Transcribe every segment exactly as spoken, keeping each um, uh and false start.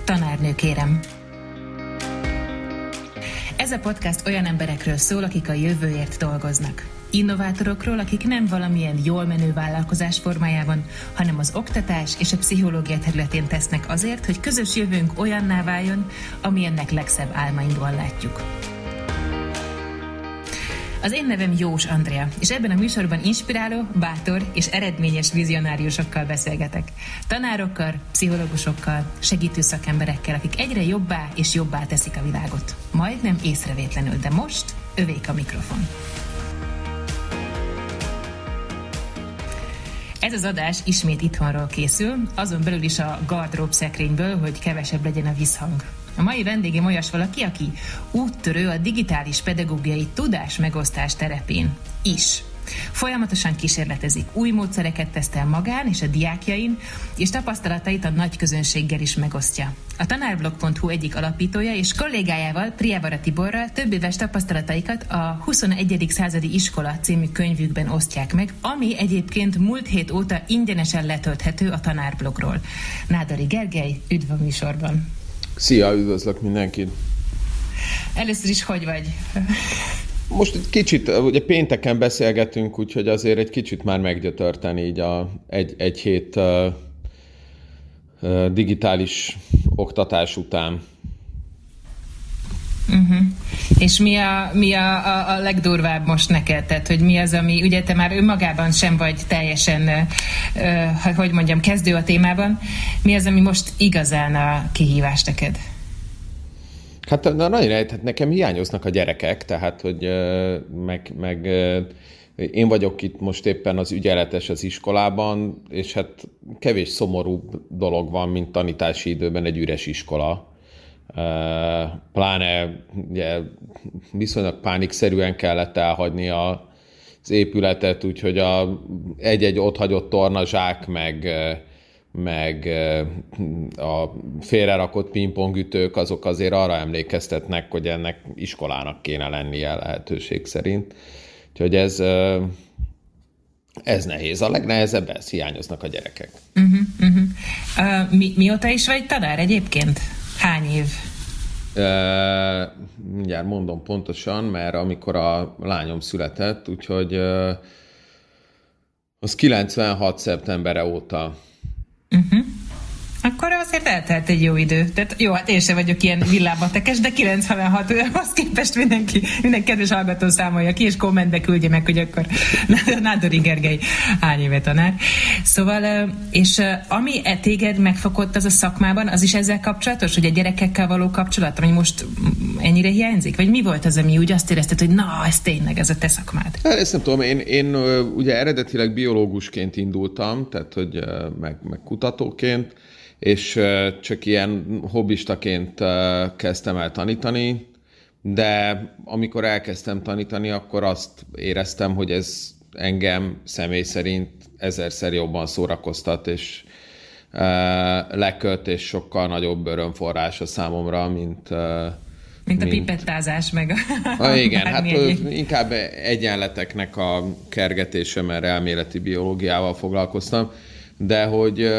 Tanárnő kérem. Ez a podcast olyan emberekről szól, akik a jövőért dolgoznak. Innovátorokról, akik nem valamilyen jól menő vállalkozás formájában, hanem az oktatás és a pszichológia területén tesznek azért, hogy közös jövőnk olyanná váljon, amilyennek legszebb álmainkban látjuk. Az én nevem Jós Andrea, és ebben a műsorban inspiráló, bátor és eredményes vizionáriusokkal beszélgetek. Tanárokkal, pszichológusokkal, segítő szakemberekkel, akik egyre jobbá és jobbá teszik a világot. Majdnem észrevétlenül, de most övék a mikrofon. Ez az adás ismét itthonról készül, azon belül is a gardrób szekrényből, hogy kevesebb legyen a visszhang. A mai vendégem olyas valaki, aki úttörő a digitális pedagógiai tudás megosztás terepén is. Folyamatosan kísérletezik, új módszereket tesztel magán és a diákjain, és tapasztalatait a nagy közönséggel is megosztja. A tanárblog pont hu egyik alapítója és kollégájával, Priavara Tiborral több éves tapasztalataikat a huszonegyedik századi iskola című könyvükben osztják meg, ami egyébként múlt hét óta ingyenesen letölthető a tanárblogról. Nádori Gergely, üdv a műsorban! Szia, üdvözlök mindenkit! Először is hogy vagy? Most egy kicsit, ugye pénteken beszélgetünk, úgyhogy azért egy kicsit már meggyötörten így a, egy, egy hét uh, uh, digitális oktatás után. Uh-huh. És mi a, mi a, a, a legdurvább most neked? Tehát, hogy mi az, ami, ugye te már önmagában sem vagy teljesen, uh, hogy mondjam, kezdő a témában. Mi az, ami most igazán a kihívás neked? Hát na, nagyon hát nekem hiányoznak a gyerekek, tehát, hogy uh, meg, meg uh, én vagyok itt most éppen az ügyeletes az iskolában, és hát kevés szomorúbb dolog van, mint tanítási időben egy üres iskola. Uh, pláne ugye, viszonylag pánikszerűen kellett elhagyni a, az épületet, úgyhogy a, egy-egy otthagyott tornazsák, meg, meg a félrerakott pingpongütők, azok azért arra emlékeztetnek, hogy ennek iskolának kéne lennie lehetőség szerint. Úgyhogy ez, ez nehéz. A legnehezebb, ez hiányoznak a gyerekek. Uh-huh, uh-huh. Uh, mi, mióta is vagy tanár egyébként? Hány év? Uh, mindjárt mondom pontosan, mert amikor a lányom született, úgyhogy uh, az kilencvenhat szeptembere óta. Uh-huh. Akkor azért eltelt egy jó idő. Tehát jó, hát én sem vagyok ilyen villámmatekes, de kilencvenhathoz képest mindenki, minden kedves hallgató számolja ki, és kommentbe küldje meg, hogy akkor Nádori Gergely hány éve tanár. Szóval, és ami téged megfogott az a szakmában, az is ezzel kapcsolatos, hogy a gyerekekkel való kapcsolat, ami most ennyire hiányzik? Vagy mi volt az, ami úgy azt érezted, hogy na, ez tényleg, ez a te szakmád? Ezt nem tudom, én, én ugye eredetileg biológusként indultam, tehát hogy meg, meg kutatóként, és csak ilyen hobbistaként kezdtem el tanítani, de amikor elkezdtem tanítani, akkor azt éreztem, hogy ez engem személy szerint ezerszer jobban szórakoztat, és leköt, és sokkal nagyobb örömforrás a számomra, mint... Mint a mint... pipettázás, meg a... Ah, igen, hát egy... inkább egyenleteknek a kergetése, mert elméleti biológiával foglalkoztam, de hogy...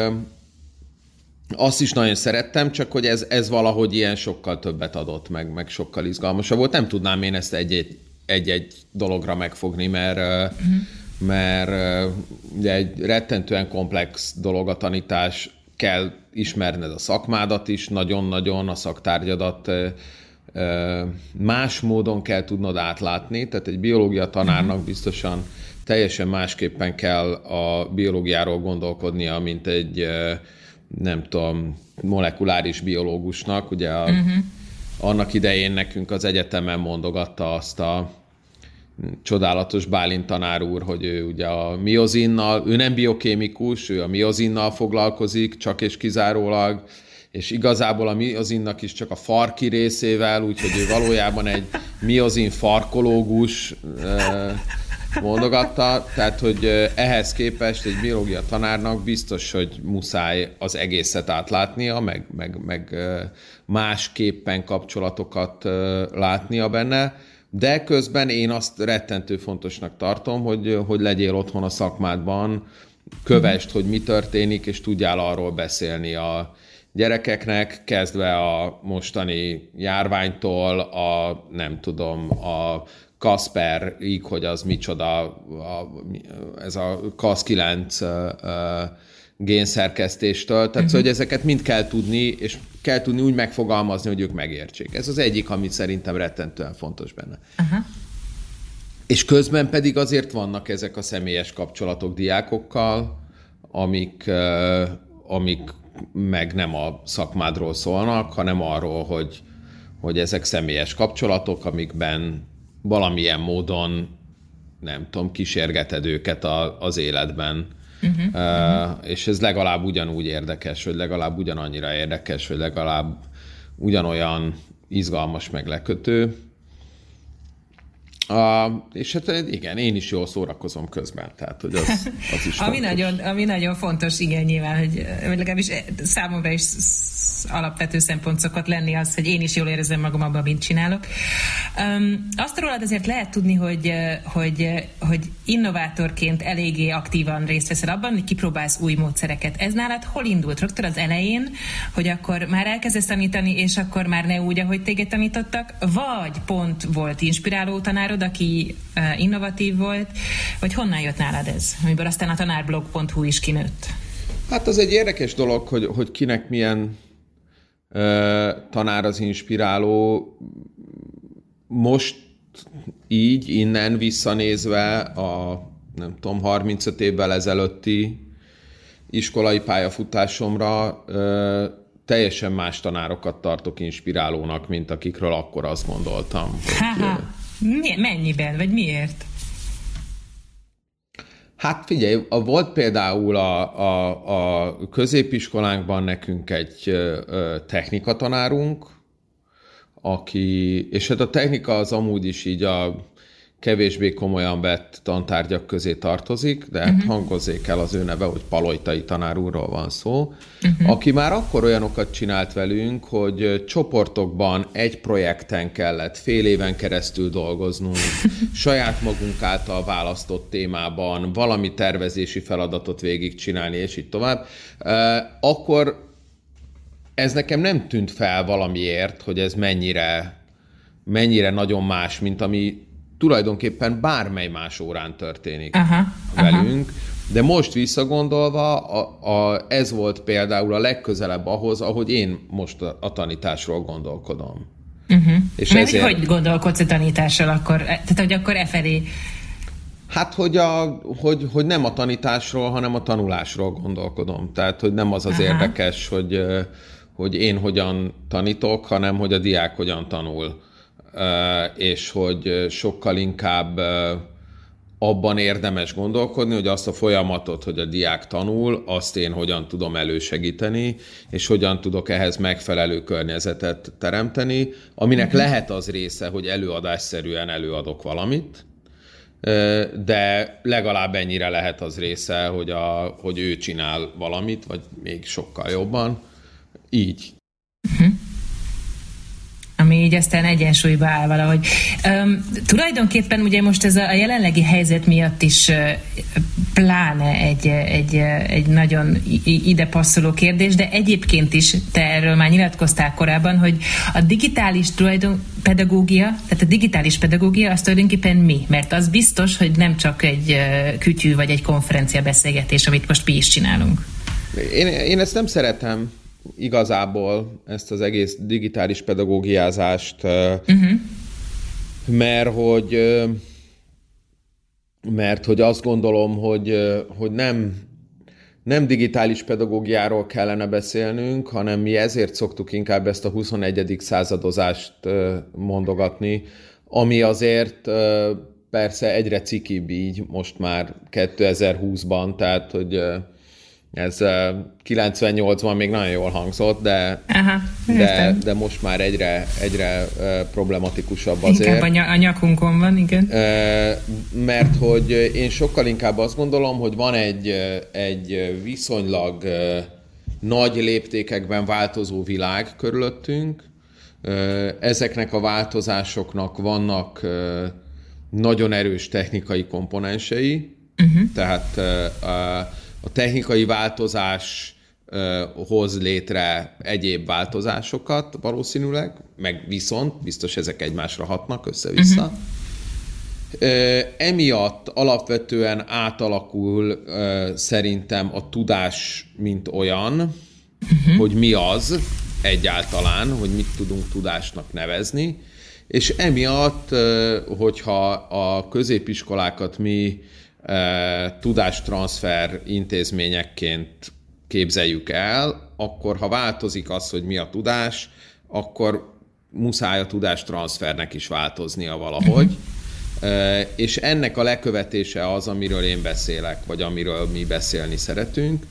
Azt is nagyon szerettem, csak hogy ez, ez valahogy ilyen sokkal többet adott, meg, meg sokkal izgalmasabb volt. Nem tudnám én ezt egy-egy, egy-egy dologra megfogni, mert, uh-huh. mert ugye egy rettentően komplex dolog a tanítás, kell ismerned a szakmádat is, nagyon-nagyon a szaktárgyadat más módon kell tudnod átlátni, tehát egy biológia tanárnak uh-huh. biztosan teljesen másképpen kell a biológiáról gondolkodnia, mint egy nem tudom, molekuláris biológusnak. Ugye a, uh-huh. annak idején nekünk az egyetemen mondogatta azt a csodálatos Bálint tanár úr, hogy ő ugye a miozinnal, ő nem biokémikus, ő a miozinnal foglalkozik, csak és kizárólag, és igazából a miozinnak is csak a farki részével, úgyhogy ő valójában egy miozin farkológus mondogatta, tehát, hogy ehhez képest egy biológia tanárnak biztos, hogy muszáj az egészet átlátnia, meg, meg, meg másképpen kapcsolatokat látnia benne, de közben én azt rettentő fontosnak tartom, hogy, hogy legyél otthon a szakmádban, kövesd, hogy mi történik, és tudjál arról beszélni a gyerekeknek, kezdve a mostani járványtól, a nem tudom, a Kasperig, hogy az micsoda, a, ez a Cas kilenc génszerkesztéstől. Tehát uh-huh. szóval, hogy ezeket mind kell tudni, és kell tudni úgy megfogalmazni, hogy ők megértsék. Ez az egyik, amit szerintem rettentően fontos benne. Uh-huh. És közben pedig azért vannak ezek a személyes kapcsolatok diákokkal, amik, amik meg nem a szakmádról szólnak, hanem arról, hogy, hogy ezek személyes kapcsolatok, amikben valamilyen módon, nem tudom, kísérgeted őket a, az életben. Uh-huh, uh, uh-huh. És ez legalább ugyanúgy érdekes, vagy legalább ugyanannyira érdekes, vagy legalább ugyanolyan izgalmas, meg lekötő. Uh, és hát igen, én is jól szórakozom közben, tehát hogy az, az is ami, nagyon, ami nagyon fontos, igen, nyilván, hogy, hogy legalábbis számomra is alapvető szempont szokott lenni az, hogy én is jól érezzem magam abban, mint csinálok. Um, azt rólad azért lehet tudni, hogy, hogy, hogy innovátorként eléggé aktívan részt veszel abban, hogy kipróbálsz új módszereket. Ez nálad hol indult? Rögtön az elején, hogy akkor már elkezdesz tanítani, és akkor már ne úgy, ahogy téged tanítottak, vagy pont volt inspiráló tanárod, aki uh, innovatív volt, vagy honnan jött nálad ez? Amiből aztán a tanárblog pont hu is kinőtt. Hát az egy érdekes dolog, hogy, hogy kinek milyen uh, tanár az inspiráló. Most így, innen visszanézve a, nem tudom, harmincöt évvel ezelőtti iskolai pályafutásomra uh, teljesen más tanárokat tartok inspirálónak, mint akikről akkor azt gondoltam. Hogy, uh, Mennyiben, vagy miért? Hát figyelj, volt például a, a, a középiskolánkban nekünk egy ö, technikatanárunk, aki, és hát a technika az amúgy is így a kevésbé komolyan vett tantárgyak közé tartozik, de hát uh-huh. hangozzék el az ő neve, hogy Palojtai tanár úrról van szó, uh-huh. aki már akkor olyanokat csinált velünk, hogy csoportokban egy projekten kellett fél éven keresztül dolgoznunk, saját magunk által választott témában valami tervezési feladatot végigcsinálni, és így tovább. Akkor ez nekem nem tűnt fel valamiért, hogy ez mennyire, mennyire nagyon más, mint ami tulajdonképpen bármely más órán történik aha, velünk, aha. De most visszagondolva a, a, ez volt például a legközelebb ahhoz, ahogy én most a, a tanításról gondolkodom. Uh-huh. És Mert ezért... hogy gondolkodsz a tanításról akkor? Tehát, hogy akkor e felé... Hát, hogy, a, hogy, hogy nem a tanításról, hanem a tanulásról gondolkodom. Tehát, hogy nem az az aha. érdekes, hogy, hogy én hogyan tanítok, hanem hogy a diák hogyan tanul. És hogy sokkal inkább abban érdemes gondolkodni, hogy azt a folyamatot, hogy a diák tanul, azt én hogyan tudom elősegíteni, és hogyan tudok ehhez megfelelő környezetet teremteni, aminek lehet az része, hogy előadásszerűen előadok valamit, de legalább ennyire lehet az része, hogy, a, hogy ő csinál valamit, vagy még sokkal jobban. Így. Uh-huh. Ami így aztán egyensúlyba áll valahogy. Um, tulajdonképpen ugye most ez a, a jelenlegi helyzet miatt is uh, pláne egy, egy, egy nagyon ide passzoló kérdés, de egyébként is te erről már nyilatkoztál korábban, hogy a digitális tulajdon pedagógia, tehát a digitális pedagógia az tulajdonképpen mi? Mert az biztos, hogy nem csak egy uh, kütyű vagy egy konferencia beszélgetés, amit most mi is csinálunk. Én, én ezt nem szeretem. Igazából ezt az egész digitális pedagógiázást, uh-huh. mert hogy mert hogy azt gondolom, hogy, hogy nem, nem digitális pedagógiáról kellene beszélnünk, hanem mi ezért szoktuk inkább ezt a huszonegyedik századozást mondogatni, ami azért persze egyre cikibb így most már kétezer-húszban, tehát hogy ez kilencvennyolcban még nagyon jól hangzott, de, Aha, de, de most már egyre, egyre problematikusabb azért. Inkább a, ny- a nyakunkon van, igen. Mert hogy én sokkal inkább azt gondolom, hogy van egy, egy viszonylag nagy léptékekben változó világ körülöttünk. Ezeknek a változásoknak vannak nagyon erős technikai komponensei, uh-huh. tehát a A technikai változás hoz létre egyéb változásokat valószínűleg, meg viszont, biztos ezek egymásra hatnak össze-vissza. Uh-huh. Emiatt alapvetően átalakul szerintem a tudás, mint olyan, uh-huh. hogy mi az egyáltalán, hogy mit tudunk tudásnak nevezni, és emiatt, hogyha a középiskolákat mi tudástranszfer intézményekként képzeljük el, akkor ha változik az, hogy mi a tudás, akkor muszáj a tudástranszfernek is változnia valahogy. Uh-huh. És ennek a lekövetése az, amiről én beszélek, vagy amiről mi beszélni szeretünk.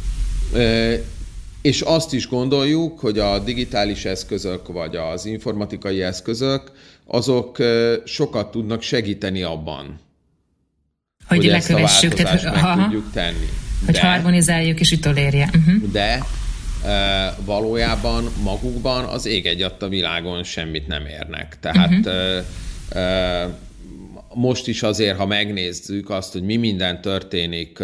És azt is gondoljuk, hogy a digitális eszközök, vagy az informatikai eszközök, azok sokat tudnak segíteni abban, hogy, hogy ezt a változást meg aha. tudjuk tenni. Hogy de, harmonizáljuk és utolérje. Uh-huh. De e, valójában magukban az ég egyatt a világon semmit nem érnek. Tehát uh-huh. e, e, most is azért, ha megnézzük azt, hogy mi minden történik e,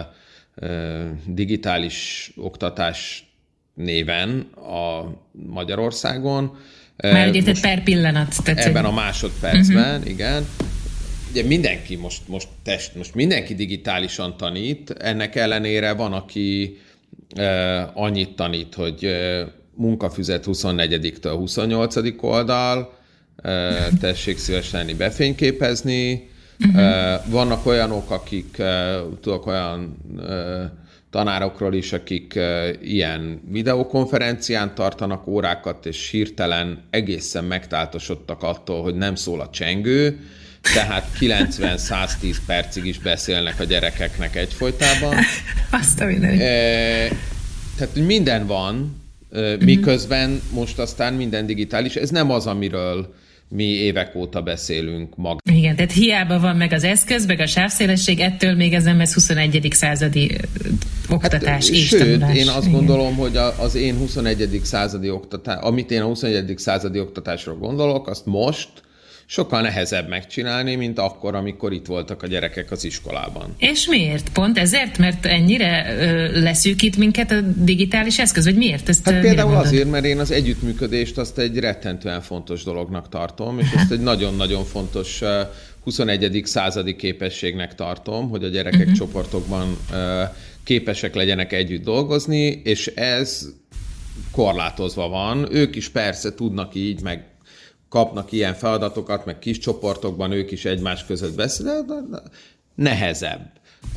e, digitális oktatás néven a Magyarországon. Már ugye tehát per pillanat. Tehát ebben a másodpercben, uh-huh. igen. Ugye mindenki most, most, test, most mindenki digitálisan tanít, ennek ellenére van, aki e, annyit tanít, hogy e, munkafüzet huszonnegyediktől huszonnyolcadik oldal, e, tessék szíves lenni befényképezni. Uh-huh. E, vannak olyanok, akik, e, tudok olyan e, tanárokról is, akik e, ilyen videokonferencián tartanak órákat, és hirtelen egészen megtáltosodtak attól, hogy nem szól a csengő, tehát kilencven-száztíz percig is beszélnek a gyerekeknek egyfolytában. Azt a mindenit. E, tehát minden van, e, miközben most aztán minden digitális. Ez nem az, amiről mi évek óta beszélünk mag. Igen, tehát hiába van meg az eszköz, meg a sávszélesség, ettől még ez nem ez huszonegyedik századi oktatás hát, és sőt, tanulás. Én azt igen. gondolom, hogy az én huszonegyedik századi oktatás, amit én a huszonegyedik századi oktatásról gondolok, azt most sokkal nehezebb megcsinálni, mint akkor, amikor itt voltak a gyerekek az iskolában. És miért? Pont ezért? Mert ennyire ö, leszűkít minket a digitális eszköz? Vagy miért? Ezt hát például mondod? Azért, mert én az együttműködést azt egy rettentően fontos dolognak tartom, és Aha. ezt egy nagyon-nagyon fontos uh, huszonegyedik századi képességnek tartom, hogy a gyerekek uh-huh. csoportokban uh, képesek legyenek együtt dolgozni, és ez korlátozva van. Ők is persze tudnak így, meg kapnak ilyen feladatokat, meg kis csoportokban ők is egymás között beszélnek, de nehezebb.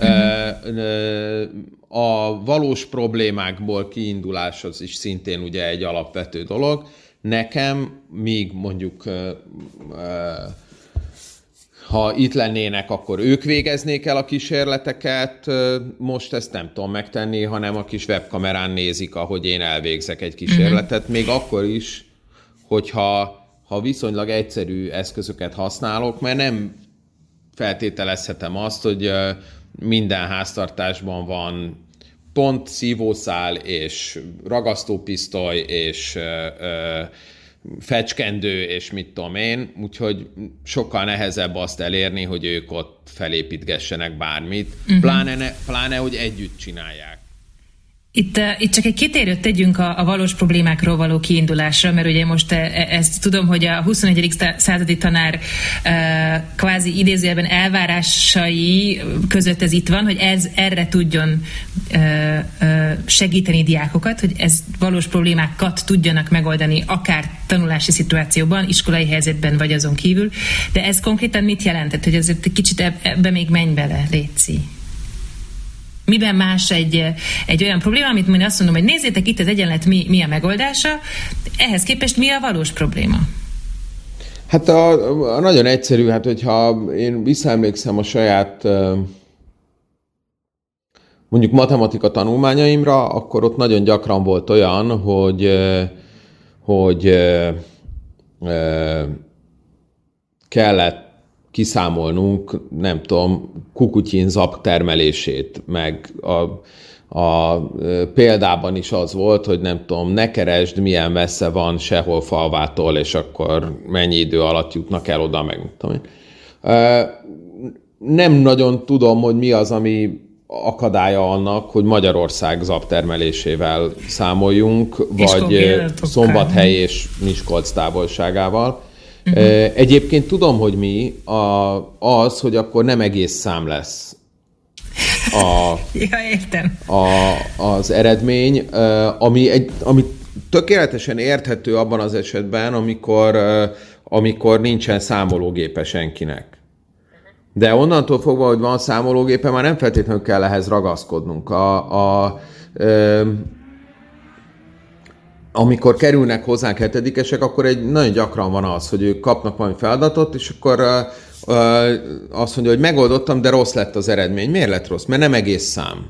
Uh-huh. A valós problémákból kiindulás az is szintén ugye egy alapvető dolog. Nekem, míg mondjuk ha itt lennének, akkor ők végeznék el a kísérleteket, most ezt nem tudom megtenni, hanem a kis webkamerán nézik, ahogy én elvégzek egy kísérletet, uh-huh. még akkor is, hogyha ha viszonylag egyszerű eszközöket használok, mert nem feltételezhetem azt, hogy minden háztartásban van pont szívószál, és ragasztópisztoly, és fecskendő, és mit tudom én, úgyhogy sokkal nehezebb azt elérni, hogy ők ott felépítgessenek bármit, uh-huh. pláne, ne, pláne, hogy együtt csinálják. Itt, itt csak egy kitérőt tegyünk a, a valós problémákról való kiindulásra, mert ugye most ezt tudom, hogy a huszonegyedik századi tanár kvázi idézőjelben elvárásai között ez itt van, hogy ez erre tudjon segíteni diákokat, hogy ez valós problémákat tudjanak megoldani akár tanulási szituációban, iskolai helyzetben vagy azon kívül, de ez konkrétan mit jelentett, hogy azért egy kicsit ebbe még menj bele, létszi. Miben más egy, egy olyan probléma, amit én azt mondom, hogy nézzétek, itt az egyenlet mi, mi a megoldása, ehhez képest mi a valós probléma? Hát a, a nagyon egyszerű, hát hogyha én visszaemlékszem a saját mondjuk matematika tanulmányaimra, akkor ott nagyon gyakran volt olyan, hogy, hogy kellett kiszámolnunk, nem tudom, kukutyin zap termelését, meg a, a példában is az volt, hogy nem tudom, ne keresd, milyen messze van sehol falvától, és akkor mennyi idő alatt jutnak el oda, meg tudom én. Nem nagyon tudom, hogy mi az, ami akadálya annak, hogy Magyarország zabtermelésével számoljunk, vagy Szombathely és Miskolc távolságával. Uh-huh. Egyébként tudom, hogy mi a, az, hogy akkor nem egész szám lesz a, ja, értem. A, az eredmény, ami, egy, ami tökéletesen érthető abban az esetben, amikor, amikor nincsen számológépe senkinek. De onnantól fogva, hogy van számológépe, már nem feltétlenül kell ehhez ragaszkodnunk. A, a, ö, amikor kerülnek hozzánk hetedikesek, akkor egy nagyon gyakran van az, hogy ők kapnak valami feladatot, és akkor ö, ö, azt mondja, hogy megoldottam, de rossz lett az eredmény. Miért lett rossz? Mert nem egész szám.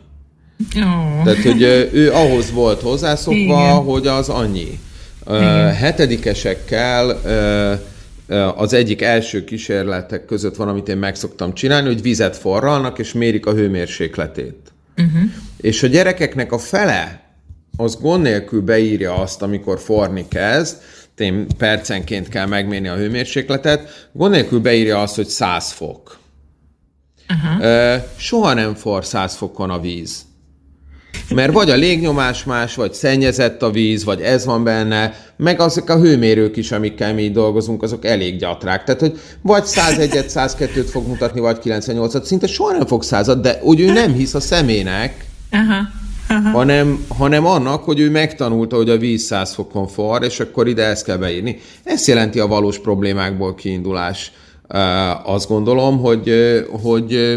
Oh. Tehát, hogy ő ahhoz volt hozzászokva, igen, hogy az annyi. Ö, hetedikesekkel ö, az egyik első kísérletek között van, amit én meg szoktam csinálni, hogy vizet forralnak, és mérik a hőmérsékletét. Uh-huh. És a gyerekeknek a fele az gond nélkül beírja azt, amikor forni kezd, én percenként kell megmérni a hőmérsékletet, gond nélkül beírja azt, hogy száz fok. Uh-huh. Soha nem forr száz fokon a víz. Mert vagy a légnyomás más, vagy szennyezett a víz, vagy ez van benne, meg azok a hőmérők is, amikkel mi dolgozunk, azok elég gyatrák. Tehát, hogy vagy százegyet, százkettőt fog mutatni, vagy kilencvennyolcat, szinte soha nem fog százat, de úgy ő nem hisz a szemének, aha, aha. Hanem, hanem annak, hogy ő megtanulta, hogy a víz száz fokon forr, és akkor ide ezt kell beírni. Ez jelenti a valós problémákból kiindulás. Azt gondolom, hogy... hogy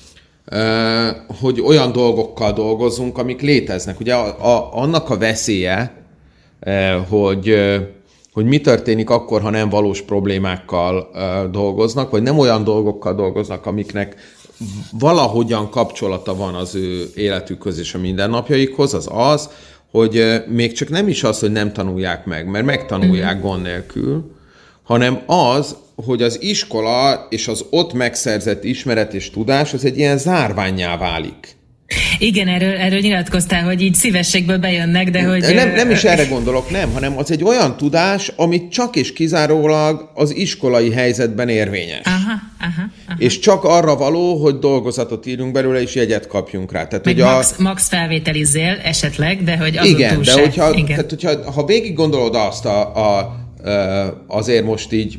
Uh, hogy olyan dolgokkal dolgozunk, amik léteznek. Ugye a, a, annak a veszélye, uh, hogy, uh, hogy mi történik akkor, ha nem valós problémákkal uh, dolgoznak, vagy nem olyan dolgokkal dolgoznak, amiknek valahogyan kapcsolata van az ő életükhöz és a mindennapjaikhoz, az az, hogy uh, még csak nem is az, hogy nem tanulják meg, mert megtanulják mm-hmm. gond nélkül, hanem az, hogy az iskola és az ott megszerzett ismeret és tudás az egy ilyen zárvánnyá válik. Igen, erről, erről nyilatkoztál, hogy így szívességből bejönnek, de hogy... Nem, nem is erre gondolok, nem, hanem az egy olyan tudás, amit csak és kizárólag az iskolai helyzetben érvényes. Aha, aha, aha. És csak arra való, hogy dolgozatot írjunk belőle, és jegyet kapjunk rá. Tehát, meg hogy max, a... max felvételizzél esetleg, de hogy azon igen, túl de se. hogyha, igen, tehát, hogyha ha végig gondolod azt a, a, azért most így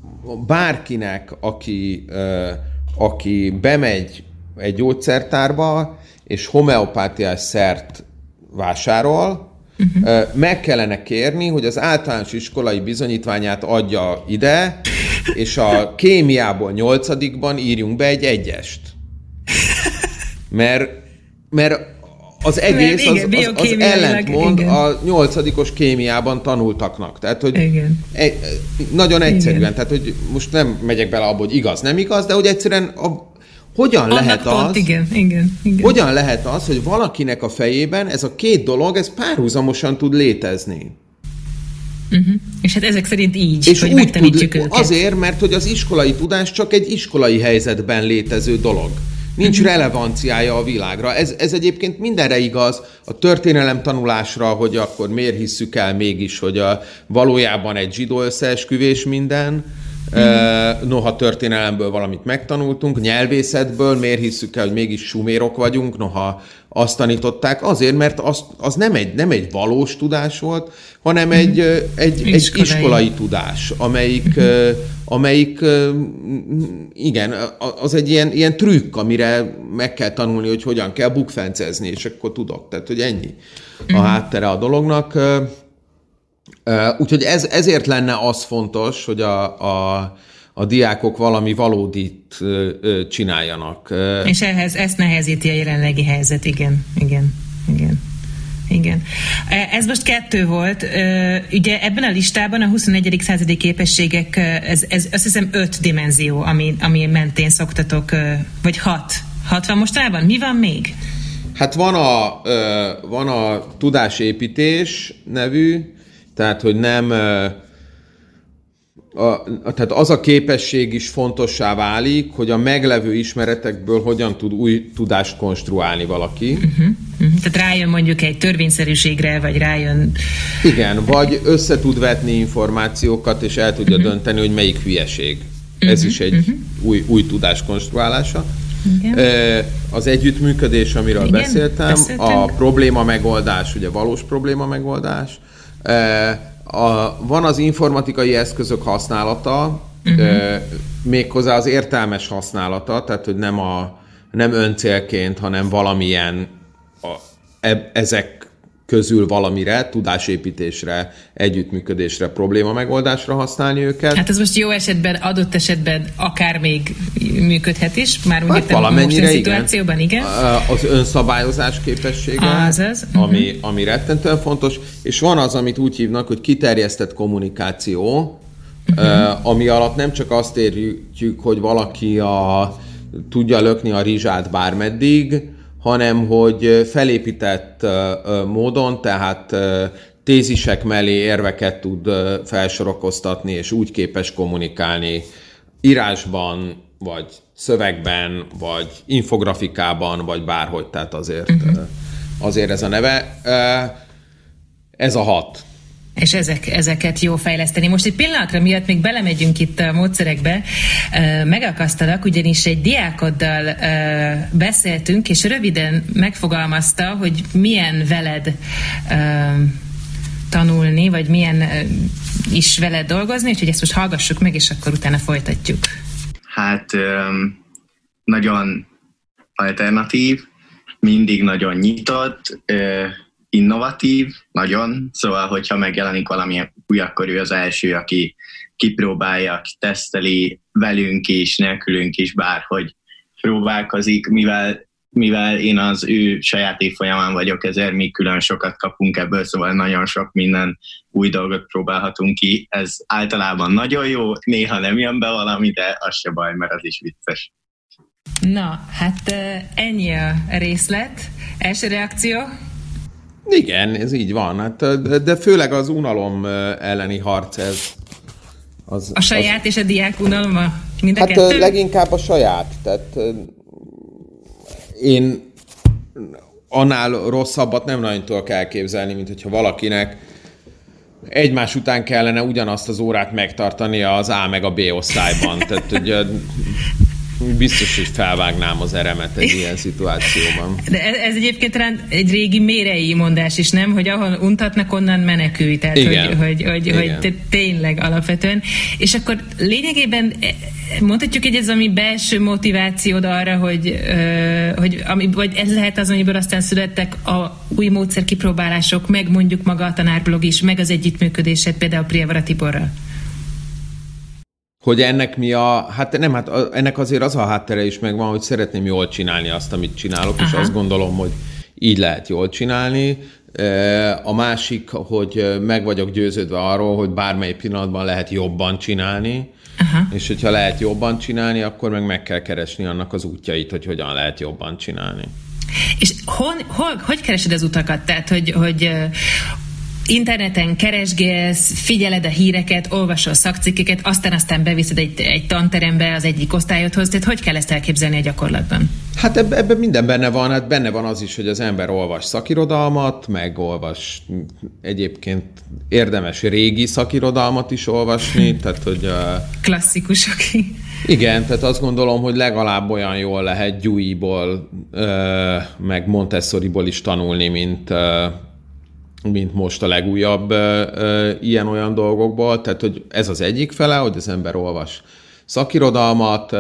bárkinek, aki, aki bemegy egy gyógyszertárba, és homeopátiás szert vásárol, uh-huh. meg kellene kérni, hogy az általános iskolai bizonyítványát adja ide, és a kémiából nyolcadikban írjunk be egy egyest. Mert, mert az egész az, az, az ellentmond igen. a nyolcadikos kémiában tanultaknak. Tehát, hogy egy, nagyon egyszerűen, igen. tehát, hogy most nem megyek bele abba, hogy igaz, nem igaz, de hogy egyszerűen a, hogyan Annak lehet pont, az, igen, igen, igen. hogyan lehet az, hogy valakinek a fejében ez a két dolog, ez párhuzamosan tud létezni. Uh-huh. És hát ezek szerint így, és hogy megtanítjuk tud, őket. Azért, mert hogy az iskolai tudás csak egy iskolai helyzetben létező dolog. Nincs uh-huh. relevanciája a világra. Ez, ez egyébként mindenre igaz, a történelem tanulásra, hogy akkor miért hisszük el mégis, hogy a, valójában egy zsidó összeesküvés minden, uh-huh. noha történelemből valamit megtanultunk, nyelvészetből miért hisszük el, hogy mégis sumérok vagyunk, noha azt tanították, azért, mert az, az nem, egy, nem egy valós tudás volt, hanem uh-huh. egy, egy, egy iskolai tudás, amelyik, uh-huh. amelyik igen, az egy ilyen, ilyen trükk, amire meg kell tanulni, hogy hogyan kell bukfencezni, és akkor tudok. Tehát, hogy ennyi uh-huh. a háttere a dolognak. Úgyhogy ez, ezért lenne az fontos, hogy a, a, a diákok valami valódit csináljanak. És ehhez ezt nehezíti a jelenlegi helyzet, igen, igen, igen. Igen. Ez most kettő volt. Ugye ebben a listában a huszonegyedik századi képességek, ez, ez azt hiszem öt dimenzió, ami, ami mentén szoktatok, vagy hat. Hat van mostanában? Mi van még? Hát van a, van a tudásépítés nevű, tehát, hogy nem... A, tehát az a képesség is fontossá válik, hogy a meglevő ismeretekből hogyan tud új tudást konstruálni valaki. Uh-huh, uh-huh. Tehát rájön mondjuk egy törvényszerűségre, vagy rájön... Igen, vagy össze tud vetni információkat, és el tudja uh-huh. dönteni, hogy melyik hülyeség. Uh-huh, Ez is egy uh-huh. új, új tudás konstruálása. Igen. Az együttműködés, amiről Igen, beszéltem, beszéltem, a probléma megoldás, ugye valós probléma megoldás. A, van az informatikai eszközök használata, uh-huh. méghozzá az értelmes használata, tehát hogy nem, a, nem öncélként, hanem valamilyen a, e, ezek közül valamire, tudásépítésre, együttműködésre, probléma megoldásra használni őket. Hát ez most jó esetben, adott esetben akár még működhet is, már úgy hát értem, valamennyire most szituációban, igen. Az önszabályozás képessége, Azaz. Uh-huh. ami, ami rettentően fontos, és van az, amit úgy hívnak, hogy kiterjesztett kommunikáció, uh-huh. ami alatt nem csak azt értjük, hogy valaki a, tudja lökni a rizsát bármeddig, hanem hogy felépített módon, tehát tézisek mellé érveket tud felsorokoztatni, és úgy képes kommunikálni írásban, vagy szövegben, vagy infografikában, vagy bárhogy, tehát azért, uh-huh. azért ez a neve. Ez a hat. És ezek, ezeket jó fejleszteni. Most egy pillanatra miatt még belemegyünk itt a módszerekbe, megakasztalak, ugyanis egy diákoddal beszéltünk, és röviden megfogalmazta, hogy milyen veled tanulni, vagy milyen is veled dolgozni, úgyhogy ezt most hallgassuk meg, és akkor utána folytatjuk. Hát nagyon alternatív, mindig nagyon nyitott, innovatív, nagyon, szóval, hogyha megjelenik valami új, akkor ő az első, aki kipróbálja, aki teszteli velünk is, nélkülünk is, bárhogy próbálkozik, mivel, mivel én az ő saját évfolyamán vagyok, ezért mi külön sokat kapunk ebből, szóval nagyon sok minden új dolgot próbálhatunk ki. Ez általában nagyon jó, néha nem jön be valami, de az se baj, mert az is vicces. Na, hát ennyi a részlet. Első reakció? Igen, ez így van, hát, de főleg az unalom elleni harc ez. Az, a saját az... és a diák unalma? Mind a hát kettő? Leginkább a saját. Tehát én annál rosszabbat nem nagyon tudok elképzelni, mint hogyha valakinek egymás után kellene ugyanazt az órát megtartani az A meg a B osztályban. Tehát, hogy biztos, hogy felvágnám az eremet egy ilyen szituációban. De ez, ez egyébként talán egy régi mérei mondás is, nem? Hogy ahol untatnak, onnan menekülj. Tehát, igen. hogy, hogy, hogy, hogy te, tényleg alapvetően. És akkor lényegében mondhatjuk, hogy ez a mi belső motivációd arra, hogy, hogy ami, vagy ez lehet az, amiből aztán születtek a új módszer kipróbálások, meg mondjuk maga a tanárblog is, meg az együttműködésed például Prievara Tiborral. Hogy ennek mi a, hát nem, hát ennek azért az a háttere is megvan, hogy szeretném jól csinálni azt, amit csinálok, aha. és azt gondolom, hogy így lehet jól csinálni. A másik, hogy meg vagyok győződve arról, hogy bármely pillanatban lehet jobban csinálni, aha. és hogyha lehet jobban csinálni, akkor meg meg kell keresni annak az útjait, hogy hogyan lehet jobban csinálni. És hol, hol, hogy keresed az utakat? Tehát, hogy, hogy interneten keresgélsz, figyeled a híreket, olvasol szakcikkeket, aztán aztán beviszed egy, egy tanterembe az egyik osztályodhoz, tehát hogy kell ezt elképzelni a gyakorlatban? Hát ebben ebbe minden benne van, hát benne van az is, hogy az ember olvas szakirodalmat, meg olvas egyébként érdemes régi szakirodalmat is olvasni, tehát hogy... Klasszikusok. Igen, tehát azt gondolom, hogy legalább olyan jól lehet Deweyból, meg Montessoriból is tanulni, mint... mint most a legújabb uh, ilyen-olyan dolgokból. Tehát, hogy ez az egyik fele, hogy az ember olvas szakirodalmat, uh,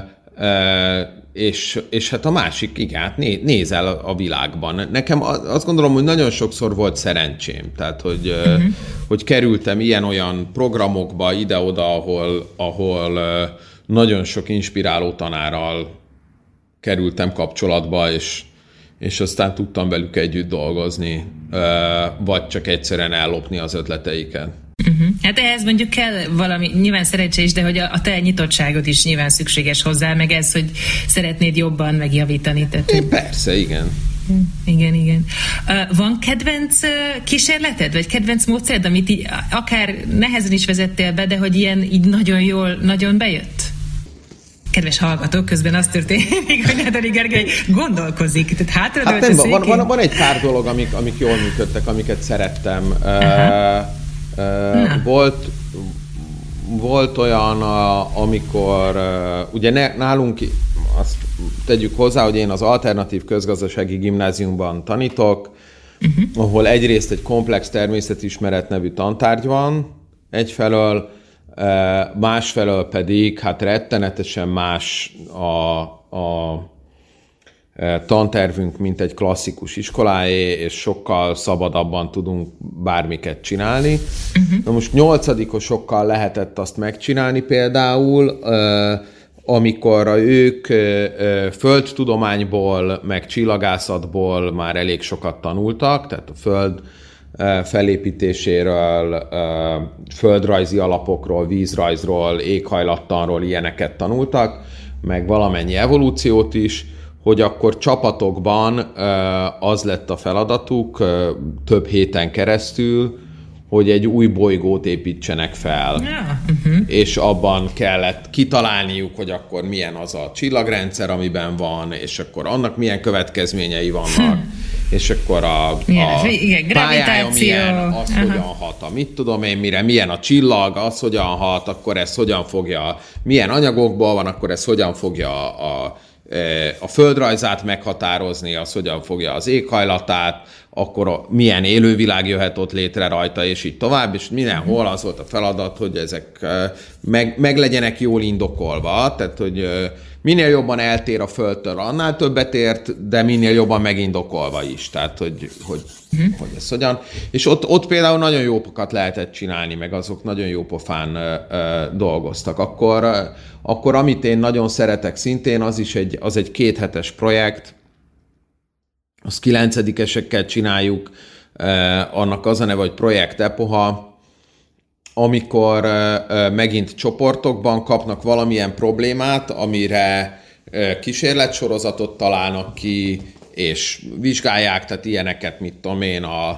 uh, és, és hát a másik, igen, né, nézel a, a világban. Nekem azt gondolom, hogy nagyon sokszor volt szerencsém. Tehát, hogy, uh, uh-huh. hogy kerültem ilyen-olyan programokba ide-oda, ahol, ahol uh, nagyon sok inspiráló tanárral kerültem kapcsolatba, és és aztán tudtam velük együtt dolgozni, vagy csak egyszerűen ellopni az ötleteiket. Uh-huh. Hát ehhez mondjuk kell valami, nyilván szerencse is, de hogy a, a te nyitottságod is nyilván szükséges hozzá, meg ez, hogy szeretnéd jobban megjavítani. Tehát, é, persze, igen. Igen, igen. Van kedvenc kísérleted, vagy kedvenc módszered, amit így akár nehezen is vezettél be, de hogy ilyen így nagyon jól, nagyon bejött? Kedves hallgatók, közben az történik, hogy Nádori Gergely gondolkozik. Tehát hátradőlt hát nem, a székén. Van, van, van egy pár dolog, amik, amik jól működtek, amiket szerettem. Uh, uh, volt, volt olyan, a, amikor uh, ugye ne, nálunk azt tegyük hozzá, hogy én az Alternatív Közgazdasági Gimnáziumban tanítok, uh-huh. ahol egyrészt egy komplex természetismeret nevű tantárgy van, egyfelől, másfelől pedig hát rettenetesen más a, a tantervünk, mint egy klasszikus iskoláé, és sokkal szabadabban tudunk bármiket csinálni. Uh-huh. Na most nyolcadikosokkal lehetett azt megcsinálni például, amikor ők földtudományból, meg csillagászatból már elég sokat tanultak, tehát a föld felépítéséről, földrajzi alapokról, vízrajzról, éghajlattanról ilyeneket tanultak, meg valamennyi evolúciót is, hogy akkor csapatokban az lett a feladatuk több héten keresztül, hogy egy új bolygót építsenek fel. Yeah. Uh-huh. És abban kellett kitalálniuk, hogy akkor milyen az a csillagrendszer, amiben van, és akkor annak milyen következményei vannak, hmm. és akkor a, a igen, pályája milyen, az uh-huh. hogyan hat, a mit tudom én mire, milyen a csillag, az hogyan hat, akkor ez hogyan fogja, milyen anyagokból van, akkor ez hogyan fogja a a földrajzát meghatározni, az hogyan fogja az éghajlatát, akkor milyen élővilág jöhet ott létre rajta, és így tovább, és mindenhol az volt a feladat, hogy ezek meg, meg legyenek jól indokolva, tehát hogy minél jobban eltér a Földtől, annál többet ért, de minél jobban megindokolva is, tehát hogy, hogy, uh-huh. hogy ez hogyan. És ott, ott például nagyon jópokat lehetett csinálni, meg azok nagyon jó pofán ö, ö, dolgoztak. Akkor, ö, akkor amit én nagyon szeretek szintén, az is egy, az egy kéthetes projekt, azt kilencedikesekkel csináljuk, ö, annak az a neve, hogy Projekt Epoha, amikor uh, megint csoportokban kapnak valamilyen problémát, amire uh, kísérletsorozatot találnak ki, és vizsgálják, tehát ilyeneket, mit tudom én, a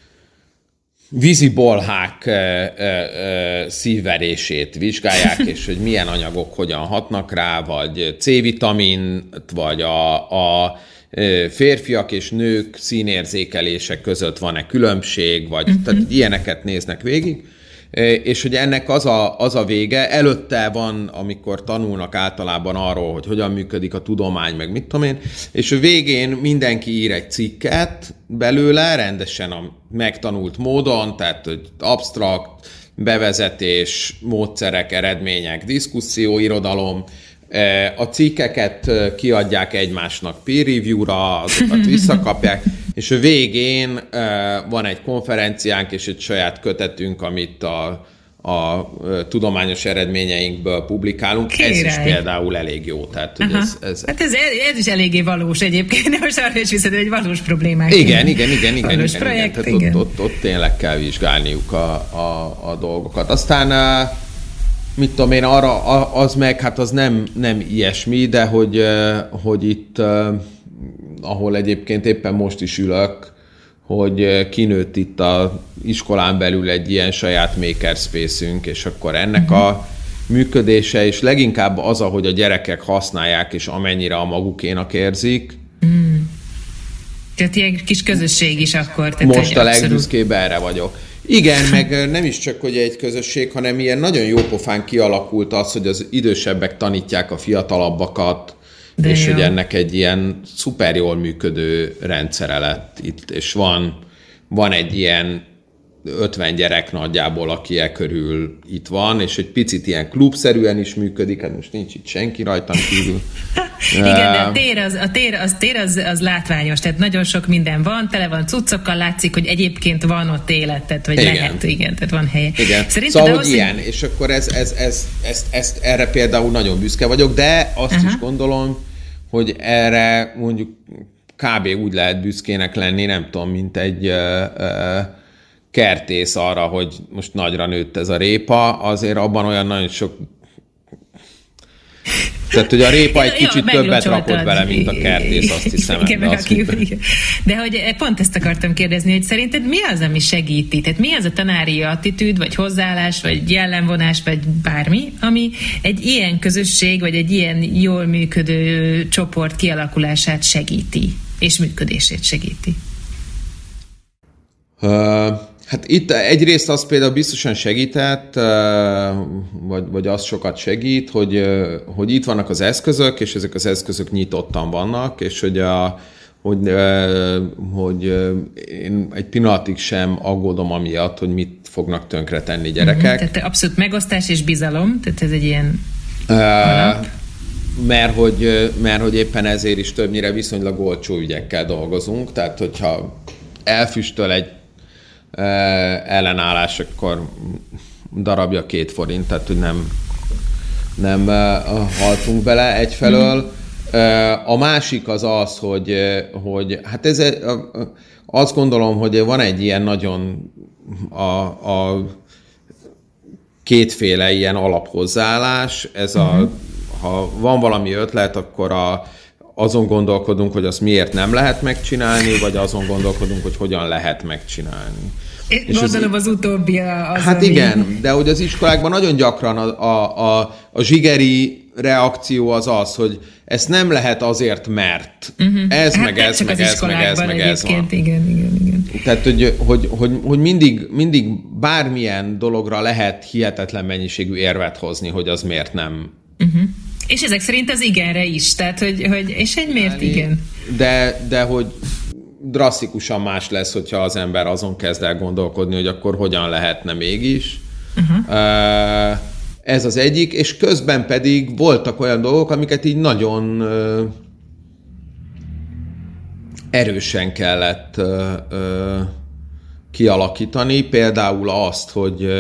vízibolhák uh, uh, szívverését vizsgálják, és hogy milyen anyagok hogyan hatnak rá, vagy C-vitamint, vagy a, a férfiak és nők színérzékelések között van-e különbség, vagy uh-huh. tehát ilyeneket néznek végig. És hogy ennek az a, az a vége, előtte van, amikor tanulnak általában arról, hogy hogyan működik a tudomány, meg mit tudom én, és a végén mindenki ír egy cikket belőle, rendesen a megtanult módon, tehát hogy absztrakt, bevezetés, módszerek, eredmények, diszkuszió, irodalom, a cikkeket kiadják egymásnak peer review-ra, azokat visszakapják, és a végén van egy konferenciánk és egy saját kötetünk, amit a, a tudományos eredményeinkből publikálunk. Király. Ez is például elég jó. Tehát, hogy ez, ez... Hát ez, ez is eléggé valós egyébként, most arra is viszont, hogy valós problémák. Igen, igen, igen, igen. Valós igen, projekt, igen. igen. Ott, ott, ott tényleg kell vizsgálniuk a, a, a dolgokat. Aztán mit tudom én, arra, az meg, hát az nem, nem ilyesmi, de hogy, hogy itt, ahol egyébként éppen most is ülök, hogy kinőtt itt az iskolán belül egy ilyen saját makerspace-ünk, és akkor ennek uh-huh. a működése, és leginkább az, ahogy a gyerekek használják, és amennyire a magukénak érzik. Mm. Tehát ilyen kis közösség is akkor. Tehát most a legbüszkébb erre vagyok. Igen, meg nem is csak, hogy egy közösség, hanem ilyen nagyon jópofán kialakult az, hogy az idősebbek tanítják a fiatalabbakat, de és jó. hogy ennek egy ilyen szuper jól működő rendszere lett itt, és van, van egy ilyen ötven gyerek nagyjából, aki e körül itt van, és egy picit ilyen klubszerűen is működik, hát most nincs itt senki rajtam kívül. Igen, de a tér, az, a tér, az, tér az, az látványos, tehát nagyon sok minden van, tele van cuccokkal, látszik, hogy egyébként van ott életet, vagy igen. lehet, igen, tehát van helye. Igen. Szóval, hogy ilyen, hogy... és akkor ez, ez, ez, ez, ez, erre például nagyon büszke vagyok, de azt Aha. is gondolom, hogy erre mondjuk kb. Úgy lehet büszkének lenni, nem tudom, mint egy uh, uh, kertész arra, hogy most nagyra nőtt ez a répa, azért abban olyan nagyon sok... Tehát, hogy a répa egy kicsit ja, többet rakott bele, mint a kertész, azt hiszem. Igen, azt aki, de hogy pont ezt akartam kérdezni, hogy szerinted mi az, ami segíti? Tehát mi az a tanári attitűd, vagy hozzáállás, vagy jellemvonás, vagy bármi, ami egy ilyen közösség, vagy egy ilyen jól működő csoport kialakulását segíti, és működését segíti? Uh, Hát itt egyrészt az például biztosan segített, vagy, vagy az sokat segít, hogy, hogy itt vannak az eszközök, és ezek az eszközök nyitottan vannak, és hogy, a, hogy, hogy én egy pillanatig sem aggódom amiatt, hogy mit fognak tönkretenni gyerekek. Uh-huh, tehát abszolút megosztás és bizalom, tehát ez egy ilyen alap. Mert hogy, mert hogy éppen ezért is többnyire viszonylag olcsó ügyekkel dolgozunk, tehát hogyha elfüstöl egy ellenállás, akkor darabja két forint, tehát hogy nem, nem haltunk bele egyfelől. A másik az az, hogy, hogy hát ez, azt gondolom, hogy van egy ilyen nagyon a, a kétféle ilyen alaphozzáállás. Ez a, ha van valami ötlet, akkor a, azon gondolkodunk, hogy azt miért nem lehet megcsinálni, vagy azon gondolkodunk, hogy hogyan lehet megcsinálni. És gondolom az, az utóbbi az, Hát ami... igen, de hogy az iskolákban nagyon gyakran a, a, a, a zsigeri reakció az az, hogy ezt nem lehet azért, mert uh-huh. ez, hát meg ez, meg ez, meg ez, meg ez van. Igen, igen, igen. Tehát, hogy, hogy, hogy, hogy mindig, mindig bármilyen dologra lehet hihetetlen mennyiségű érvet hozni, hogy az miért nem. Uh-huh. És ezek szerint az igenre is, tehát, hogy, hogy és egy miért igen? De, de hogy drasztikusan más lesz, hogyha az ember azon kezd el gondolkodni, hogy akkor hogyan lehetne mégis. Uh-huh. Ez az egyik, és közben pedig voltak olyan dolgok, amiket így nagyon erősen kellett kialakítani, például azt, hogy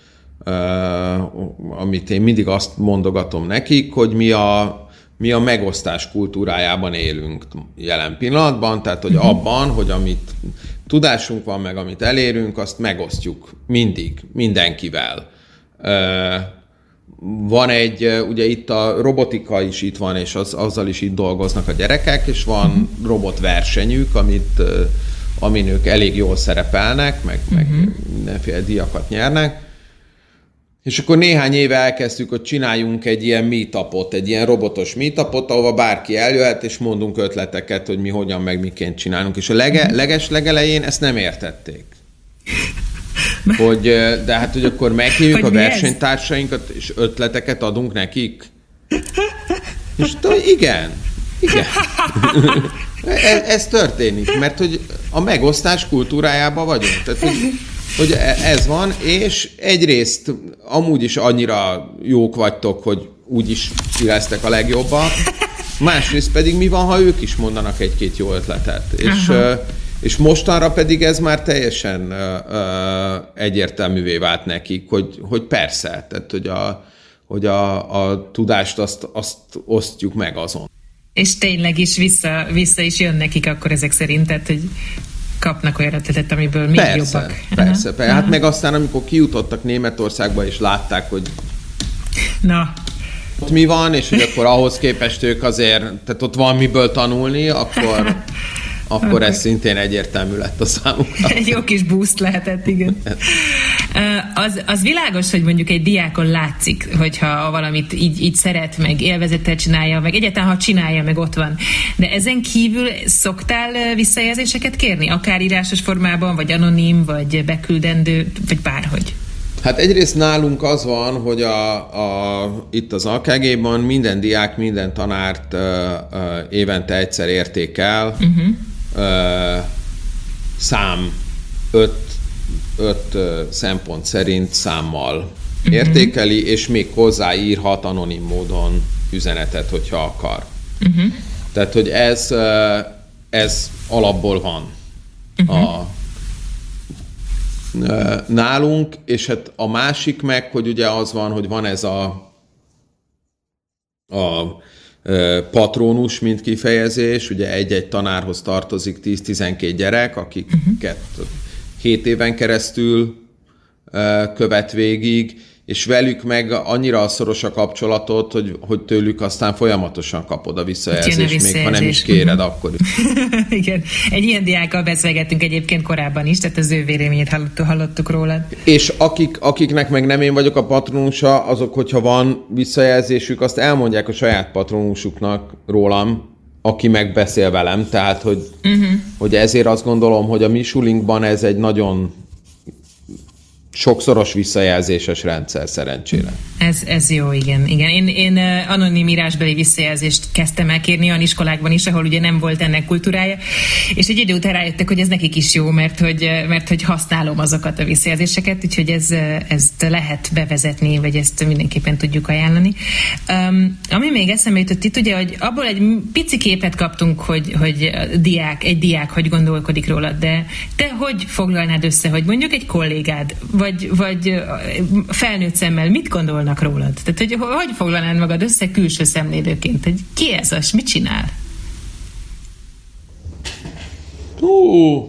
amit én mindig azt mondogatom nekik, hogy mi a mi a megosztás kultúrájában élünk jelen pillanatban, tehát hogy abban, hogy amit tudásunk van, meg amit elérünk, azt megosztjuk mindig, mindenkivel. Van egy, ugye itt a robotika is itt van, és az, azzal is itt dolgoznak a gyerekek, és van robotversenyük, amit, amin ők elég jól szerepelnek, meg, meg mindenféle díjakat nyernek. És akkor néhány éve elkezdtük, hogy csináljunk egy ilyen meetupot, egy ilyen robotos meetupot, ahova bárki eljöhet, és mondunk ötleteket, hogy mi hogyan, meg miként csinálunk. És a lege, leges legelején ezt nem értették. Hogy, de hát, hogy akkor meghívjuk a versenytársainkat, és ötleteket adunk nekik. És to, igen, igen. Ez, ez történik, mert hogy a megosztás kultúrájában vagyunk. Tehát, hogy hogy ez van, és egyrészt amúgy is annyira jók vagytok, hogy úgyis ti lesztek a legjobbak, másrészt pedig mi van, ha ők is mondanak egy-két jó ötletet. És, és mostanra pedig ez már teljesen uh, uh, egyértelművé vált nekik, hogy, hogy persze, tehát hogy a, hogy a, a tudást azt, azt osztjuk meg azon. És tényleg is vissza, vissza is jön nekik akkor ezek szerint, tehát hogy kapnak olyan ötletet, amiből még persze, jobbak. Persze, persze. Hát meg aztán, amikor kijutottak Németországba, és látták, hogy na. ott mi van, és hogy akkor ahhoz képest ők azért, tehát ott van miből tanulni, akkor, akkor okay. Ez szintén egyértelmű lett a számukra. Egy jó kis boost lehetett, igen. Az, az világos, hogy mondjuk egy diákon látszik, hogyha valamit így, így szeret, meg élvezettel csinálja, meg egyáltalán, ha csinálja, meg ott van. De ezen kívül szoktál visszajelzéseket kérni? Akár írásos formában, vagy anonim, vagy beküldendő, vagy bárhogy? Hát egyrészt nálunk az van, hogy a, a, itt az á ká gé-ban minden diák, minden tanárt uh, uh, évente egyszer értékel, uh-huh. uh, szám öt, öt uh, szempont szerint számmal uh-huh. értékeli, és még hozzáírhat anonim módon üzenetet, hogyha akar. Uh-huh. Tehát, hogy ez, uh, ez alapból van uh-huh. a nálunk, és hát a másik meg, hogy ugye az van, hogy van ez a, a patronus, mint kifejezés, ugye egy-egy tanárhoz tartozik tíz-tizenkét gyerek, akiket uh-huh. hét éven keresztül követ végig, és velük meg annyira szoros a kapcsolatot, hogy, hogy tőlük aztán folyamatosan kapod a visszajelzést, még ha nem is kéred, akkor is. Igen. Egy ilyen diákkal beszélgettünk egyébként korábban is, tehát az ő véleményét hallottuk, hallottuk róla. És akik, akiknek meg nem én vagyok a patronusa, azok, hogyha van visszajelzésük, azt elmondják a saját patronusuknak rólam, aki megbeszél velem, tehát, hogy, uh-huh. hogy ezért azt gondolom, hogy a mi sulinkban ez egy nagyon sokszoros visszajelzéses rendszer szerencsére. Ez, ez jó, igen. igen. Én, én anonim írásbeli visszajelzést kezdtem el kérni olyan iskolákban is, ahol ugye nem volt ennek kultúrája, és egy idő után rájöttek, hogy ez nekik is jó, mert hogy, mert hogy használom azokat a visszajelzéseket, úgyhogy ez, ezt lehet bevezetni, vagy ezt mindenképpen tudjuk ajánlani. Um, ami még eszembe jutott itt, ugye, hogy abból egy pici képet kaptunk, hogy, hogy diák, egy diák hogy gondolkodik róla, de te hogy foglalnád össze, hogy mondjuk egy kollégád, vagy, vagy felnőtt szemmel mit gondolnak rólad? Tehát, hogy hogy foglalnád magad össze külső szemlélőként? Hogy ki ez az? Mit csinál? Hú!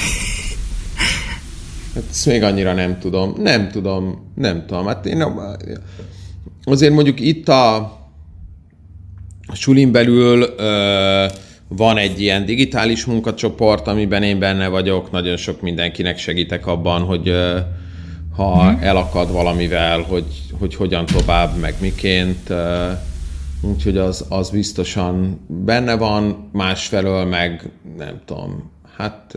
Hát ezt még annyira nem tudom. Nem tudom. Nem tudom. Hát én azért mondjuk itt a sulin belül ö, van egy ilyen digitális munkacsoport, amiben én benne vagyok. Nagyon sok mindenkinek segítek abban, hogy ö, ha elakad valamivel, hogy, hogy hogyan tovább, meg miként. Úgyhogy az, az biztosan benne van, másfelől meg nem tudom, hát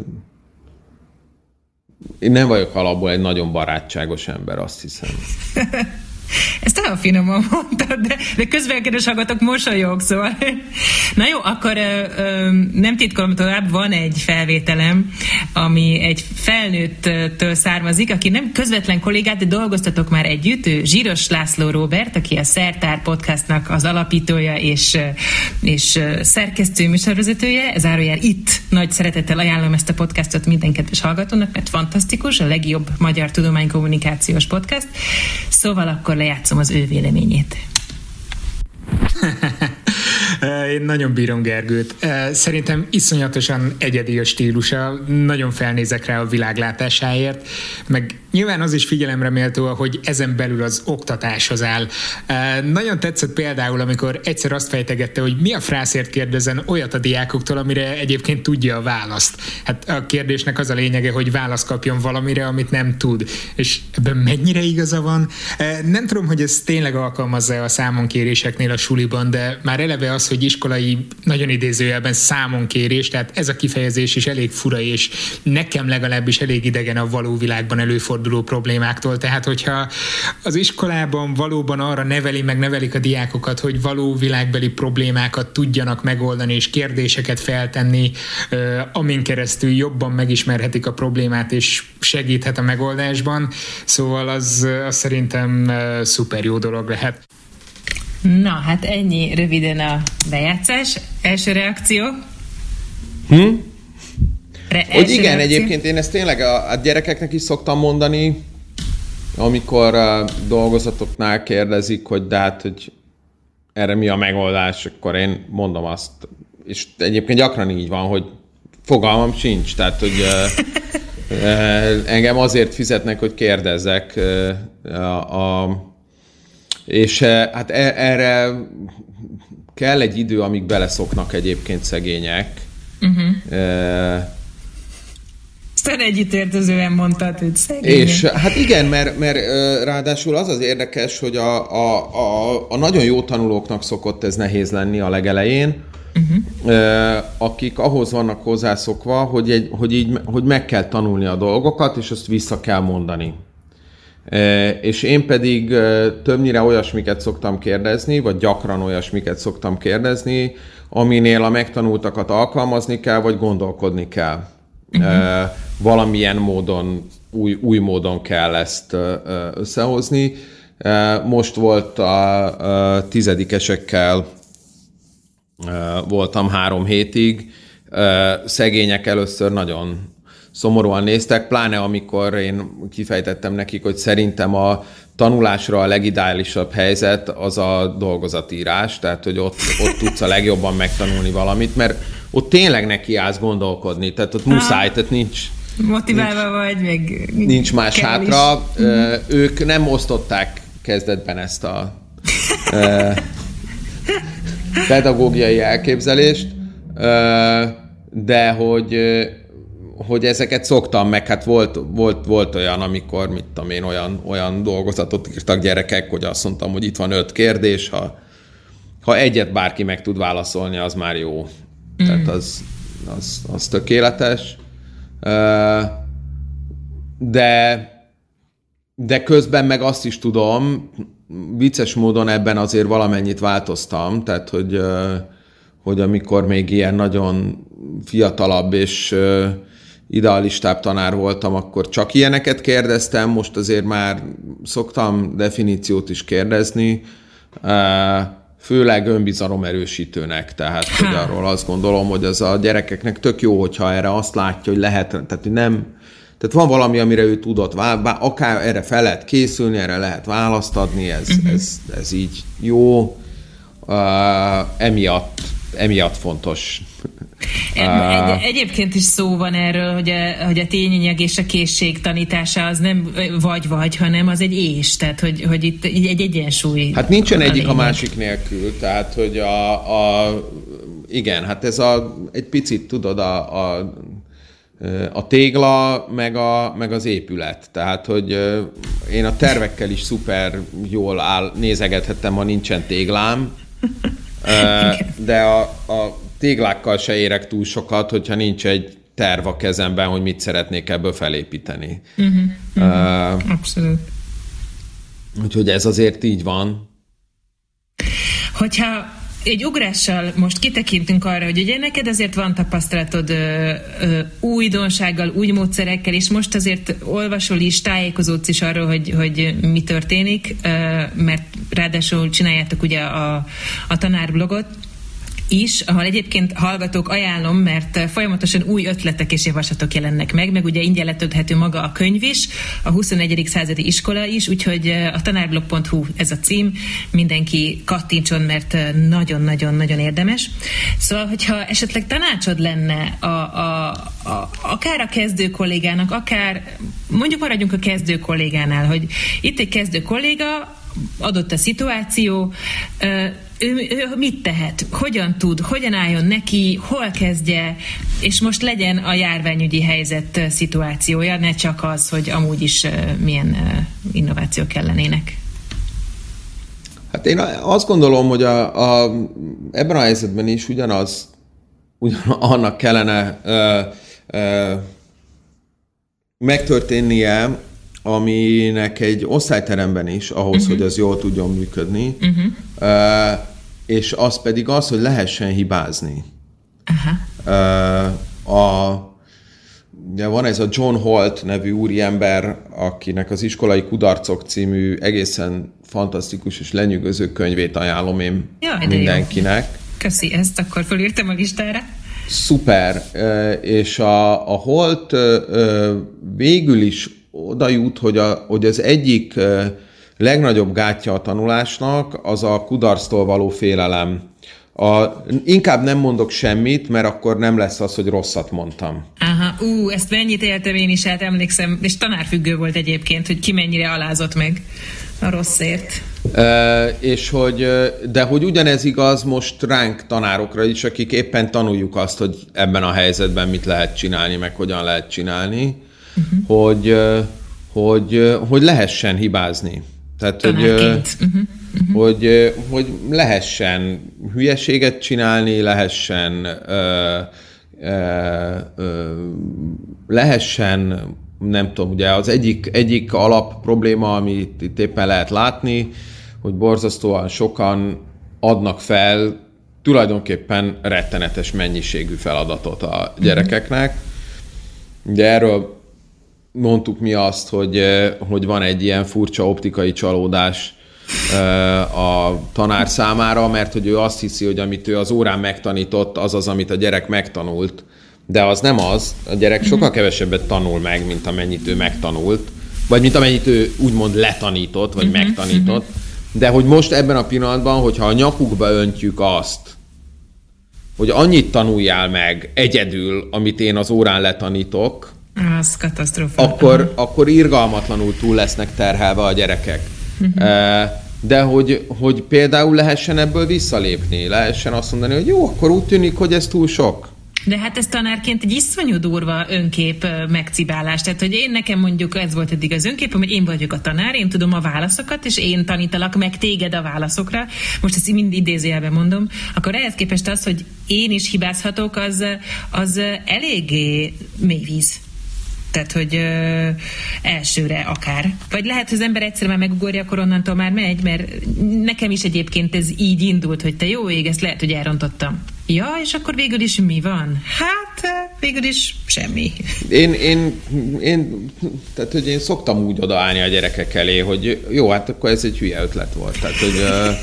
én nem vagyok alapból egy nagyon barátságos ember, azt hiszem. Ezt olyan finoman mondtad, de, de közben kedves hallgatók mosolyog, szóval. Na jó, akkor ö, ö, nem titkolom tovább, van egy felvételem, ami egy felnőttől származik, aki nem közvetlen kollégát, de dolgoztatok már együtt, ő Zsíros László Róbert, aki a Szertár Podcastnak az alapítója és, és szerkesztő műsorvezetője, zárójel itt nagy szeretettel ajánlom ezt a podcastot minden kedves hallgatónak, mert fantasztikus, a legjobb magyar tudománykommunikációs podcast, szóval akkor lejátszom az ő véleményét. Én nagyon bírom Gergőt. Szerintem iszonyatosan egyedi a stílusa, nagyon felnézek rá a világlátásáért, meg nyilván az is figyelemre méltó, hogy ezen belül az oktatáshoz áll. Nagyon tetszett például, amikor egyszer azt fejtegette, hogy mi a frászért kérdezen olyat a diákoktól, amire egyébként tudja a választ. Hát a kérdésnek az a lényege, hogy választ kapjon valamire, amit nem tud. És ebben mennyire igaza van? Nem tudom, hogy ez tényleg alkalmazza a számonkéréseknél a suliban, de már eleve az, hogy iskolai, nagyon idézőjelben számonkérés, tehát ez a kifejezés is elég fura, és nekem legalábbis elég idegen a való világban előforduló problémáktól. Tehát, hogyha az iskolában valóban arra neveli, meg nevelik a diákokat, hogy való világbeli problémákat tudjanak megoldani, és kérdéseket feltenni, amin keresztül jobban megismerhetik a problémát, és segíthet a megoldásban. Szóval az, az szerintem szuper jó dolog lehet. Na, hát ennyi röviden a bejátszás. Első reakció? Hm? Re- hogy igen, reakció? Egyébként én ezt tényleg a, a gyerekeknek is szoktam mondani, amikor a dolgozatoknál kérdezik, hogy de hát, hogy erre mi a megoldás, akkor én mondom azt, és egyébként gyakran így van, hogy fogalmam sincs, tehát, hogy uh, uh, engem azért fizetnek, hogy kérdezzek uh, a, a és hát erre kell egy idő, amíg beleszoknak egyébként szegények. Uh-huh. E... Aztán együttértezően mondtad, hogy szegények. És hát igen, mert, mert ráadásul az az érdekes, hogy a, a, a, a nagyon jó tanulóknak szokott ez nehéz lenni a legelején, uh-huh. akik ahhoz vannak hozzászokva, hogy, egy, hogy, így, hogy meg kell tanulni a dolgokat, és azt vissza kell mondani. És én pedig többnyire olyasmiket szoktam kérdezni, vagy gyakran olyasmiket szoktam kérdezni, aminél a megtanultakat alkalmazni kell, vagy gondolkodni kell. Uh-huh. Valamilyen módon, új, új módon kell ezt összehozni. Most volt a, a tizedikesekkel, voltam három hétig. Szegények először nagyon szomorúan néztek, pláne amikor én kifejtettem nekik, hogy szerintem a tanulásra a legideálisabb helyzet az a dolgozatírás, tehát hogy ott, ott tudsz a legjobban megtanulni valamit, mert ott tényleg neki állsz gondolkodni, tehát ott muszáj, tehát nincs... Motiválva vagy, meg... Nincs más hátra. Ö, ők nem osztották kezdetben ezt a ö, pedagógiai elképzelést, ö, de hogy hogy ezeket szoktam, meg hát volt, volt, volt olyan, amikor, mit tudom én, olyan, olyan dolgozatot írtak gyerekek, hogy azt mondtam, hogy itt van öt kérdés, ha, ha egyet bárki meg tud válaszolni, az már jó. Mm. Tehát az, az, az tökéletes. De de közben meg azt is tudom, vicces módon ebben azért valamennyit változtam, tehát hogy, hogy amikor még ilyen nagyon fiatalabb és idealistább tanár voltam, akkor csak ilyeneket kérdeztem, most azért már szoktam definíciót is kérdezni, főleg önbizalomerősítőnek, tehát hogy arról azt gondolom, hogy az a gyerekeknek tök jó, hogyha erre azt látja, hogy lehet, tehát hogy nem, tehát van valami, amire ő tudott, akár erre fel lehet készülni, erre lehet választ adni, ez, uh-huh. ez, ez így jó, uh, emiatt, emiatt fontos. Egy, egyébként is szó van erről, hogy a, hogy a tényanyag és a készség tanítása az nem vagy-vagy, hanem az egy és, tehát hogy, hogy itt egy egyensúly. Hát nincsen egyik a másik nélkül, tehát hogy a, a igen, hát ez a, egy picit tudod a, a, a tégla meg, a, meg az épület, tehát hogy én a tervekkel is szuper jól áll, nézegethettem, ha nincsen téglám, de a, a téglákkal se érek túl sokat, hogyha nincs egy terv a kezemben, hogy mit szeretnék ebből felépíteni. Uh-huh, uh-huh. Uh, Abszolút. Úgyhogy ez azért így van. Hogyha egy ugrással most kitekintünk arra, hogy ugye neked azért van tapasztalatod ö, ö, újdonsággal, új módszerekkel, és most azért olvasol is, tájékozódsz is arról, hogy, hogy mi történik, ö, mert ráadásul csináljátok ugye a, a tanárblogot is, ahol egyébként hallgatók ajánlom, mert folyamatosan új ötletek és javaslatok jelennek meg, meg ugye ingyen letölthető maga a könyv is, a huszonegyedik századi iskola is, úgyhogy a tanárblog pont hu ez a cím, mindenki kattintson, mert nagyon-nagyon-nagyon érdemes. Szóval, hogyha esetleg tanácsod lenne a, a, a, akár a kezdő kollégának, akár mondjuk maradjunk a kezdő kollégánál, hogy itt egy kezdő kolléga, adott a szituáció, ő, ő mit tehet, hogyan tud, hogyan álljon neki, hol kezdje, és most legyen a járványügyi helyzet szituációja, ne csak az, hogy amúgy is milyen innovációk kellenének. Hát én azt gondolom, hogy a, a, ebben a helyzetben is ugyanaz, ugyan annak kellene ö, ö, megtörténnie, aminek egy osztályteremben is, ahhoz, uh-huh. hogy az jól tudjon működni, uh-huh. uh, és az pedig az, hogy lehessen hibázni. Uh-huh. Uh, a, ugye van ez a John Holt nevű úriember, akinek az Iskolai Kudarcok című egészen fantasztikus és lenyűgöző könyvét ajánlom én Jaj, mindenkinek. Köszi, ezt akkor fölírtam a listára. Szuper, uh, és a, a Holt uh, végül is oda jut, hogy, a, hogy az egyik uh, legnagyobb gátja a tanulásnak az a kudarctól való félelem. A, inkább nem mondok semmit, mert akkor nem lesz az, hogy rosszat mondtam. Aha, ú, ezt mennyit éltem én is, hát emlékszem, és tanárfüggő volt egyébként, hogy ki mennyire alázott meg a rosszért. Uh, és hogy, de hogy ugyanez igaz most ránk tanárokra is, akik éppen tanuljuk azt, hogy ebben a helyzetben mit lehet csinálni, meg hogyan lehet csinálni, uh-huh. hogy, hogy, hogy lehessen hibázni. Tehát, hogy, uh-huh. Uh-huh. Hogy, hogy lehessen hülyeséget csinálni, lehessen ö, ö, ö, lehessen, nem tudom, ugye az egyik, egyik alap probléma, amit itt éppen lehet látni, hogy borzasztóan sokan adnak fel tulajdonképpen rettenetes mennyiségű feladatot a gyerekeknek. Ugye erről mondtuk mi azt, hogy, hogy van egy ilyen furcsa optikai csalódás a tanár számára, mert hogy ő azt hiszi, hogy amit ő az órán megtanított, az az, amit a gyerek megtanult. De az nem az. A gyerek sokkal kevesebbet tanul meg, mint amennyit ő megtanult. Vagy mint amennyit ő úgymond letanított, vagy megtanított. De hogy most ebben a pillanatban, hogyha a nyakukba öntjük azt, hogy annyit tanuljál meg egyedül, amit én az órán letanítok, az katasztrófa. Akkor, akkor irgalmatlanul túl lesznek terhelve a gyerekek. Uh-huh. De hogy, hogy például lehessen ebből visszalépni, lehessen azt mondani, hogy jó, akkor úgy tűnik, hogy ez túl sok. De hát ez tanárként egy iszonyú durva önkép megcibálás. Tehát, hogy én nekem mondjuk ez volt eddig az önképem, hogy én vagyok a tanár, én tudom a válaszokat, és én tanítalak meg téged a válaszokra. Most ezt mind idézőjelben mondom. Akkor ehhez képest az, hogy én is hibázhatok, az, az eléggé mély víz. Tehát, hogy ö, elsőre akár. Vagy lehet, hogy az ember egyszerűen megugorja, akkor onnantól már megy, mert nekem is egyébként ez így indult, hogy te jó ég, ezt lehet, hogy elrontottam. Ja, és akkor végül is mi van? Hát, végül is semmi. Én, én, én, tehát, hogy én szoktam úgy odaállni a gyerekek elé, hogy jó, hát akkor ez egy hülye ötlet volt. Tehát, hogy... Uh,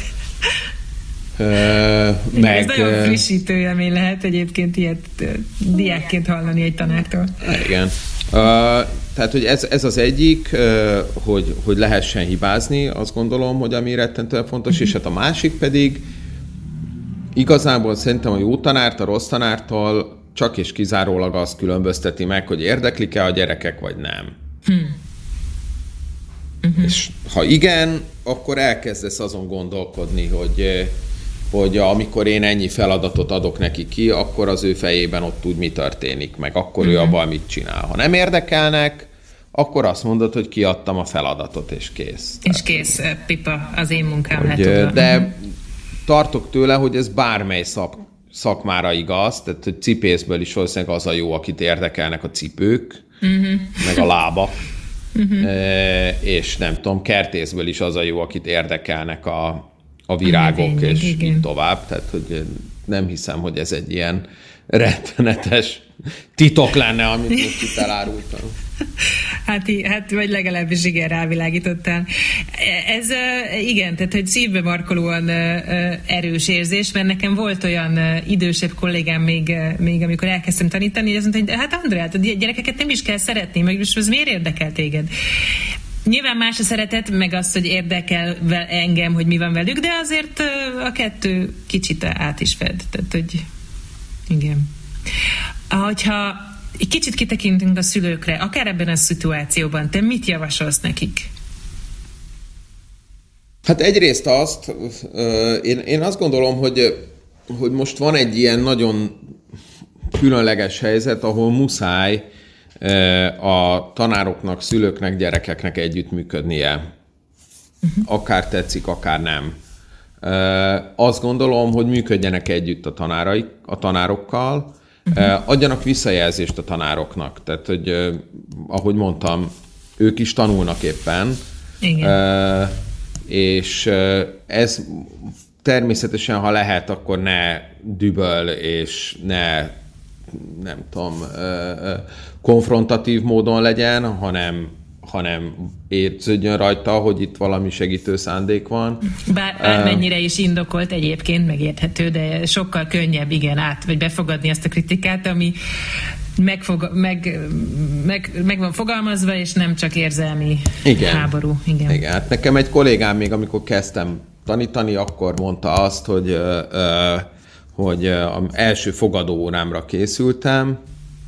uh, meg, ez nagyon frissítő élmény lehet egyébként ilyet uh, diákként hallani egy tanártól. Igen. Uh, tehát, hogy ez, ez az egyik, uh, hogy, hogy lehessen hibázni, azt gondolom, hogy ami rettentően fontos, mm-hmm. és hát a másik pedig igazából szerintem a jó tanárt a rossz tanártól csak és kizárólag azt különbözteti meg, hogy érdeklik-e a gyerekek, vagy nem. Hmm. Uh-huh. És ha igen, akkor elkezdesz azon gondolkodni, hogy, hogy amikor én ennyi feladatot adok neki ki, akkor az ő fejében ott úgy mi történik, meg akkor uh-huh. ő abban mit csinál. Ha nem érdekelnek, akkor azt mondod, hogy kiadtam a feladatot, és kész. És kész, pipa, az én munkám lett oda. De uh-huh. tartok tőle, hogy ez bármely szak, szakmára igaz, tehát hogy cipészből is valószínűleg az a jó, akit érdekelnek a cipők, uh-huh. meg a lábak, uh-huh. e, és nem tudom, kertészből is az a jó, akit érdekelnek a, a virágok, és igen. így tovább. Tehát, hogy nem hiszem, hogy ez egy ilyen rettenetes titok lenne, amit most itt elárultam. Hát, hát, vagy legalábbis igen, rávilágítottál. Ez igen, tehát, hogy szívbe markolóan erős érzés, mert nekem volt olyan idősebb kollégám még, még amikor elkezdtem tanítani, hogy azt mondta, hogy hát Andrea, a gyerekeket nem is kell szeretni, meg is ez miért érdekel téged? Nyilván más a szeretet, meg az, hogy érdekel engem, hogy mi van velük, de azért a kettő kicsit át is fed. Tehát, hogy igen. Hogyha egy kicsit kitekintünk a szülőkre, akár ebben a szituációban, te mit javasolsz nekik? Hát egyrészt azt, én, én azt gondolom, hogy, hogy most van egy ilyen nagyon különleges helyzet, ahol muszáj a tanároknak, szülőknek, gyerekeknek együttműködnie. Uh-huh. Akár tetszik, akár nem. Azt gondolom, hogy működjenek együtt a tanáraik, a tanárokkal, uh-huh. adjanak visszajelzést a tanároknak. Tehát, hogy ahogy mondtam, ők is tanulnak éppen. Igen. És ez természetesen, ha lehet, akkor ne düböl, és ne nem tudom, konfrontatív módon legyen, hanem, hanem érződjön rajta, hogy itt valami segítő szándék van. Bár, bármennyire is indokolt egyébként, megérthető, de sokkal könnyebb, igen, át, vagy befogadni azt a kritikát, ami megfog, meg, meg, meg van fogalmazva, és nem csak érzelmi igen. háború. Igen. Igen, hát nekem egy kollégám még, amikor kezdtem tanítani, akkor mondta azt, hogy ö, ö, hogy az első fogadó órámra készültem,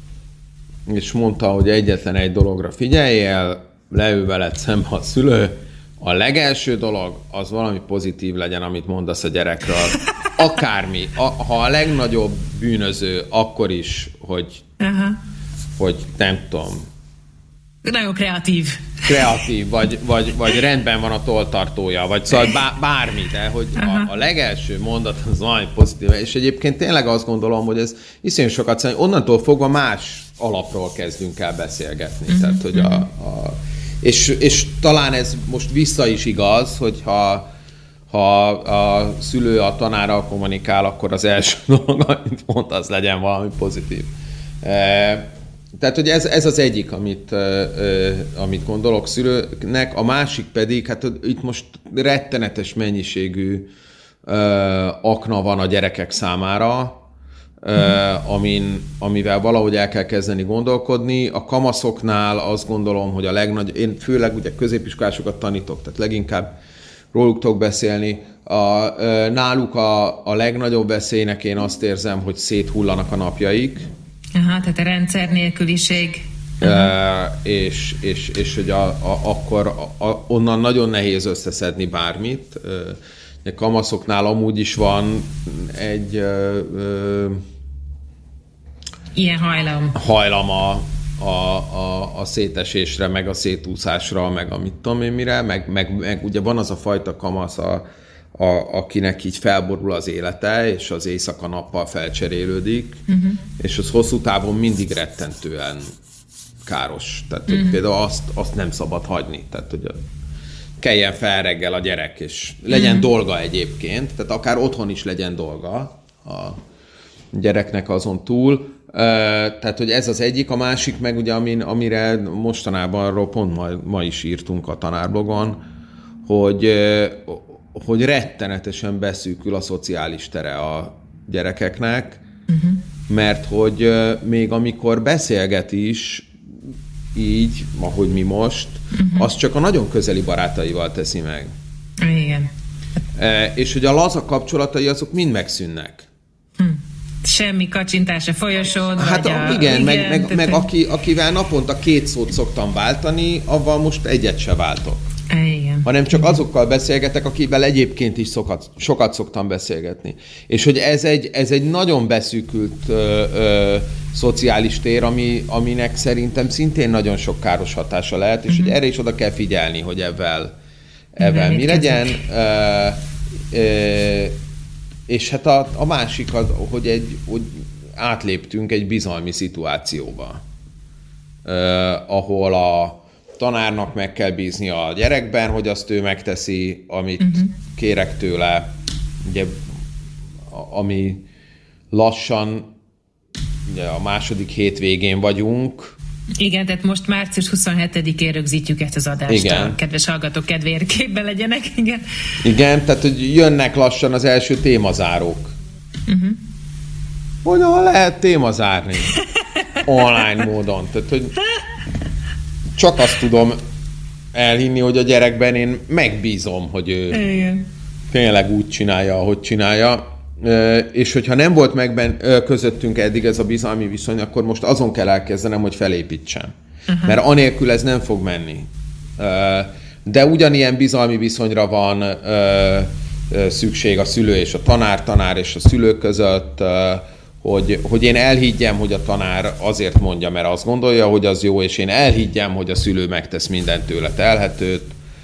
és mondta, hogy egyetlen egy dologra figyeljél, leül veled szembe a szülő, a legelső dolog az valami pozitív legyen, amit mondasz a gyerekről. Akármi. A, ha a legnagyobb bűnöző, akkor is, hogy, uh-huh. hogy nem tudom. Nagyon kreatív. Kreatív, vagy, vagy, vagy rendben van a tolltartója, vagy szóval bá, bármi, de hogy a, a legelső mondat az valami pozitív. És egyébként tényleg azt gondolom, hogy ez iszonyú sokat számít. Onnantól fogva más alapról kezdünk el beszélgetni. Uh-huh. Tehát, hogy a, a, és, és talán ez most vissza is igaz, hogy ha, ha a szülő a tanárral kommunikál, akkor az első dolog, amit mond, az legyen valami pozitív. E, Tehát, hogy ez, ez az egyik, amit, uh, amit gondolok szülőnek, a másik pedig, hát itt most rettenetes mennyiségű uh, akna van a gyerekek számára, uh, amin, amivel valahogy el kell kezdeni gondolkodni. A kamaszoknál azt gondolom, hogy a legnagyobb, én főleg ugye középiskolásokat tanítok, tehát leginkább róluk tudok beszélni. A, uh, náluk a, a legnagyobb veszélynek én azt érzem, hogy széthullanak a napjaik. Aha, tehát a rendszer nélküliség. Uh, és, és, és hogy a, a, akkor a, a, onnan nagyon nehéz összeszedni bármit. Uh, a kamaszoknál amúgy is van egy uh, uh, ilyen hajlam. Hajlam a, a, a, a szétesésre, meg a szétúszásra, meg a mit tudom én mire, meg, meg, meg ugye van az a fajta kamasz, a, a, akinek így felborul az élete, és az éjszaka nappal felcserélődik, uh-huh. és az hosszú távon mindig rettentően káros. Tehát hogy mm. például azt, azt nem szabad hagyni. Tehát, hogy keljen fel reggel a gyerek, és legyen mm. dolga egyébként, tehát akár otthon is legyen dolga a gyereknek azon túl. Tehát, hogy ez az egyik, a másik meg ugye, amin, amire mostanában arról pont ma, ma is írtunk a tanárblogon, hogy, hogy rettenetesen beszűkül a szociális tere a gyerekeknek, uh-huh. mert hogy még amikor beszélget is, így, ahogy mi most, uh-huh. az csak a nagyon közeli barátaival teszi meg. Igen. E, és hogy a laza kapcsolatai azok mind megszűnnek. Hm. Semmi kacsintás a folyosón, hát vagy a, a... igen, igen, meg, meg, tehát... meg aki, akivel naponta két szót szoktam váltani, avval most egyet se váltok. Igen. Hanem csak azokkal beszélgetek, akivel egyébként is sokat, sokat szoktam beszélgetni. És hogy ez egy, ez egy nagyon beszűkült ö, ö, szociális tér, ami, aminek szerintem szintén nagyon sok káros hatása lehet, és uh-huh. hogy erre is oda kell figyelni, hogy ebben, ebben mi legyen. Ö, ö, és hát a, a másik az, hogy, egy, hogy átléptünk egy bizalmi szituációba, ö, ahol a tanárnak meg kell bízni a gyerekben, hogy azt ő megteszi, amit uh-huh. kérek tőle, ugye, ami lassan, ugye a második hétvégén vagyunk. Igen, tehát most március huszonhetedikén rögzítjük ezt az adást. Igen. A kedves hallgatók kedvéért képben legyenek. Igen. Igen, tehát hogy jönnek lassan az első témazárók. Uh-huh. Hogyan lehet témazárni? Online módon. Tehát, hogy csak azt tudom elhinni, hogy a gyerekben én megbízom, hogy ő igen. tényleg úgy csinálja, ahogy csinálja. És hogyha nem volt meg ben, közöttünk eddig ez a bizalmi viszony, akkor most azon kell elkezdenem, hogy felépítsem. Uh-huh. Mert anélkül ez nem fog menni. De ugyanilyen bizalmi viszonyra van szükség a szülő és a tanár, tanár és a szülő között, hogy, hogy én elhiggyem, hogy a tanár azért mondja, mert azt gondolja, hogy az jó, és én elhiggyem, hogy a szülő megtesz mindent tőle telhetőt.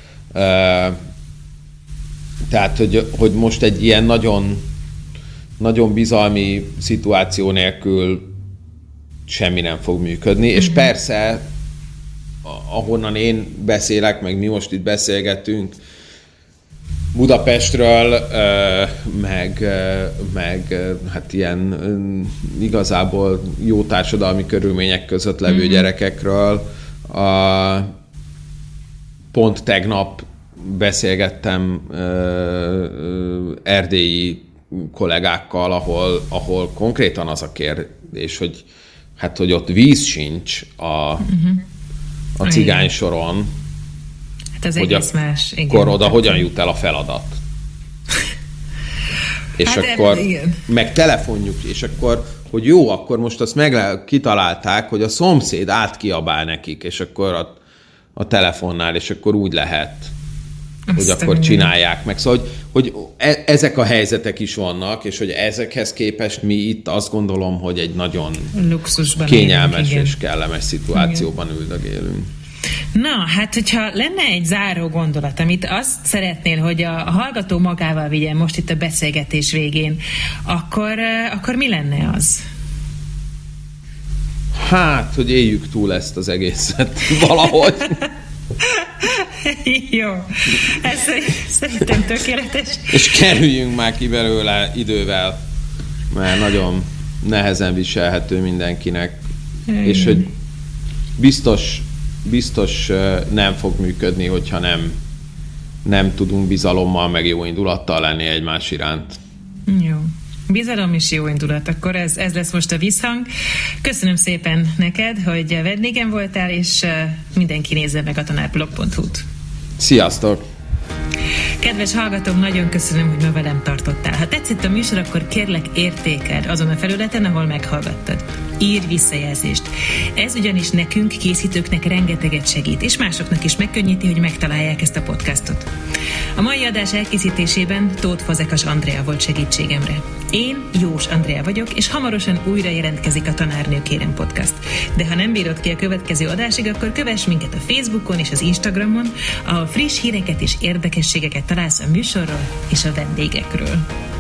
Tehát, hogy, hogy most egy ilyen nagyon, nagyon bizalmi szituáció nélkül semmi nem fog működni, mm-hmm. és persze, ahonnan én beszélek, meg mi most itt beszélgetünk, Budapestről, meg, meg hát ilyen igazából jó társadalmi körülmények között levő mm-hmm. gyerekekről. Pont tegnap beszélgettem erdélyi kollégákkal, ahol, ahol konkrétan az a kérdés, hogy hát, hogy ott víz sincs a, mm-hmm. a cigány soron, hát az hogy egész más. Akkor oda hogyan jut el a feladat? És hát akkor el, meg telefonjuk, és akkor, hogy jó, akkor most azt meg kitalálták, hogy a szomszéd átkiabál nekik, és akkor a, a telefonnál, és akkor úgy lehet, azt hogy akkor csinálják meg. Szóval, hogy, hogy e, ezek a helyzetek is vannak, és hogy ezekhez képest mi itt azt gondolom, hogy egy nagyon luxusban kényelmes élünk, és kellemes szituációban üldögélünk. Na, hát hogyha lenne egy záró gondolat, amit azt szeretnél, hogy a hallgató magával vigyen most itt a beszélgetés végén, akkor, akkor mi lenne az? Hát, hogy éljük túl ezt az egészet valahogy. Jó, ez szerintem tökéletes. És kerüljünk már ki belőle idővel, mert nagyon nehezen viselhető mindenkinek. Hmm. És hogy biztos, biztos nem fog működni, hogyha nem, nem tudunk bizalommal, meg jó indulattal lenni egymás iránt. Jó. Bizalom és jó indulat. Akkor ez, ez lesz most a visszhang. Köszönöm szépen neked, hogy vendégem voltál, és mindenki nézze meg a tanárblog pont hu-t. Sziasztok! Kedves hallgatók, nagyon köszönöm, hogy ma velem tartottál. Ha tetszett a műsor, akkor kérlek értékeld azon a felületen, ahol meghallgattad. Írj visszajelzést. Ez ugyanis nekünk, készítőknek rengeteget segít, és másoknak is megkönnyíti, hogy megtalálják ezt a podcastot. A mai adás elkészítésében Tóth Fazekas Andrea volt segítségemre. Én Jós Andrea vagyok, és hamarosan újra jelentkezik a Tanárnő Kérem podcast. De ha nem bírod ki a következő adásig, akkor kövess minket a Facebookon és az Instagramon, ahol friss híreket és érdekességeket találsz a műsorról és a vendégekről.